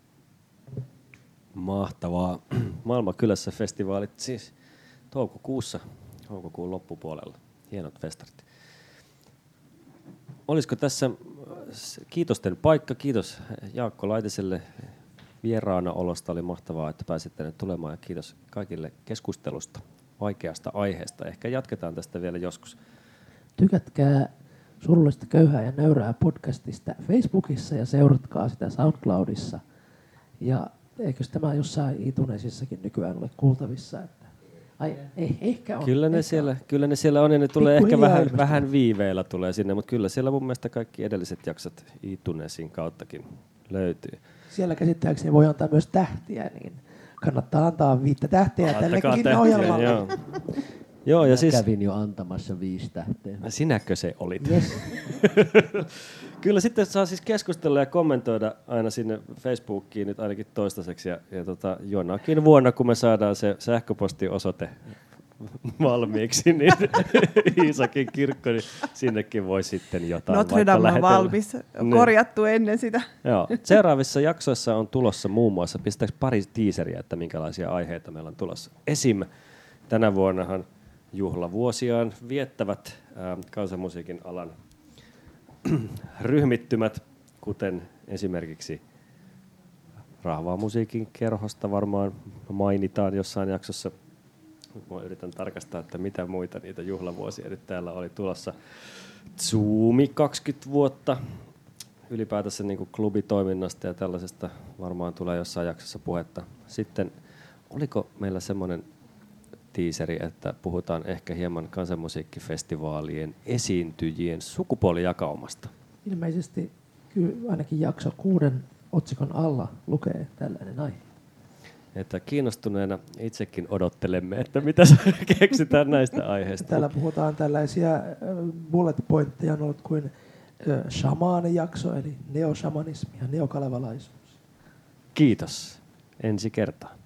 Mahtavaa. Maailmankylässä festivaalit siis toukokuun loppupuolella. Hienot festarit. Olisiko tässä kiitosten paikka? Kiitos Jaakko Laitiselle vieraana olosta. Oli mahtavaa, että pääsitte nyt tulemaan ja kiitos kaikille keskustelusta vaikeasta aiheesta. Ehkä jatketaan tästä vielä joskus. Tykätkää Surullista, köyhää ja nöyrää podcastista Facebookissa ja seuratkaa sitä SoundCloudissa. Ja eikös tämä jossain iTunesissakin nykyään ole kuultavissa, että Ai, ehkä on. Kyllä ne siellä on ja ne tulee ehkä Pikkuhiljaa vähän viiveillä tulee sinne, mutta kyllä siellä mun mielestä kaikki edelliset jaksot iTunesin kauttakin löytyy. Siellä käsittääkseni voi antaa myös tähtiä, niin kannattaa antaa 5 tähteä Antakaa tällekin tähtiä, ohjelmalle. joo. Joo, ja siis, Kävin jo antamassa 5 tähteä. sinäkö se olit? Yes. Kyllä sitten saa siis keskustella ja kommentoida aina sinne Facebookiin nyt ainakin toistaiseksi. Ja jonakin vuonna, kun me saadaan se sähköpostiosoite valmiiksi, niin Iisakin kirkko, niin sinnekin voi sitten jotain Notre Dame on lähetellä. valmis, korjattu ennen sitä. Joo. Seuraavissa jaksoissa on tulossa muun muassa, pistääkö pari tiiseriä, että minkälaisia aiheita meillä on tulossa. Esim. Tänä vuonnahan juhlavuosiaan viettävät kansanmusiikin alan ryhmittymät, kuten esimerkiksi Rahvaa musiikin kerhosta varmaan mainitaan jossain jaksossa. Mä yritän tarkastaa, että mitä muita niitä juhlavuosia nyt täällä oli tulossa. Zoomi 20 vuotta. Ylipäätänsä niin kuin klubitoiminnasta ja tällaisesta varmaan tulee jossain jaksossa puhetta. Sitten oliko meillä semmoinen tiiseri, että puhutaan ehkä hieman kansanmusiikkifestivaalien esiintyjien sukupuolijakaumasta. Ilmeisesti kyllä ainakin jakso 6 otsikon alla lukee tällainen aihe. Että kiinnostuneena itsekin odottelemme, että mitä keksitään näistä aiheista. Täällä puhutaan tällaisia bullet pointteja on ollut kuin shamaanijakso, eli neoshamanismi ja neokalevalaisuus. Kiitos. Ensi kertaan.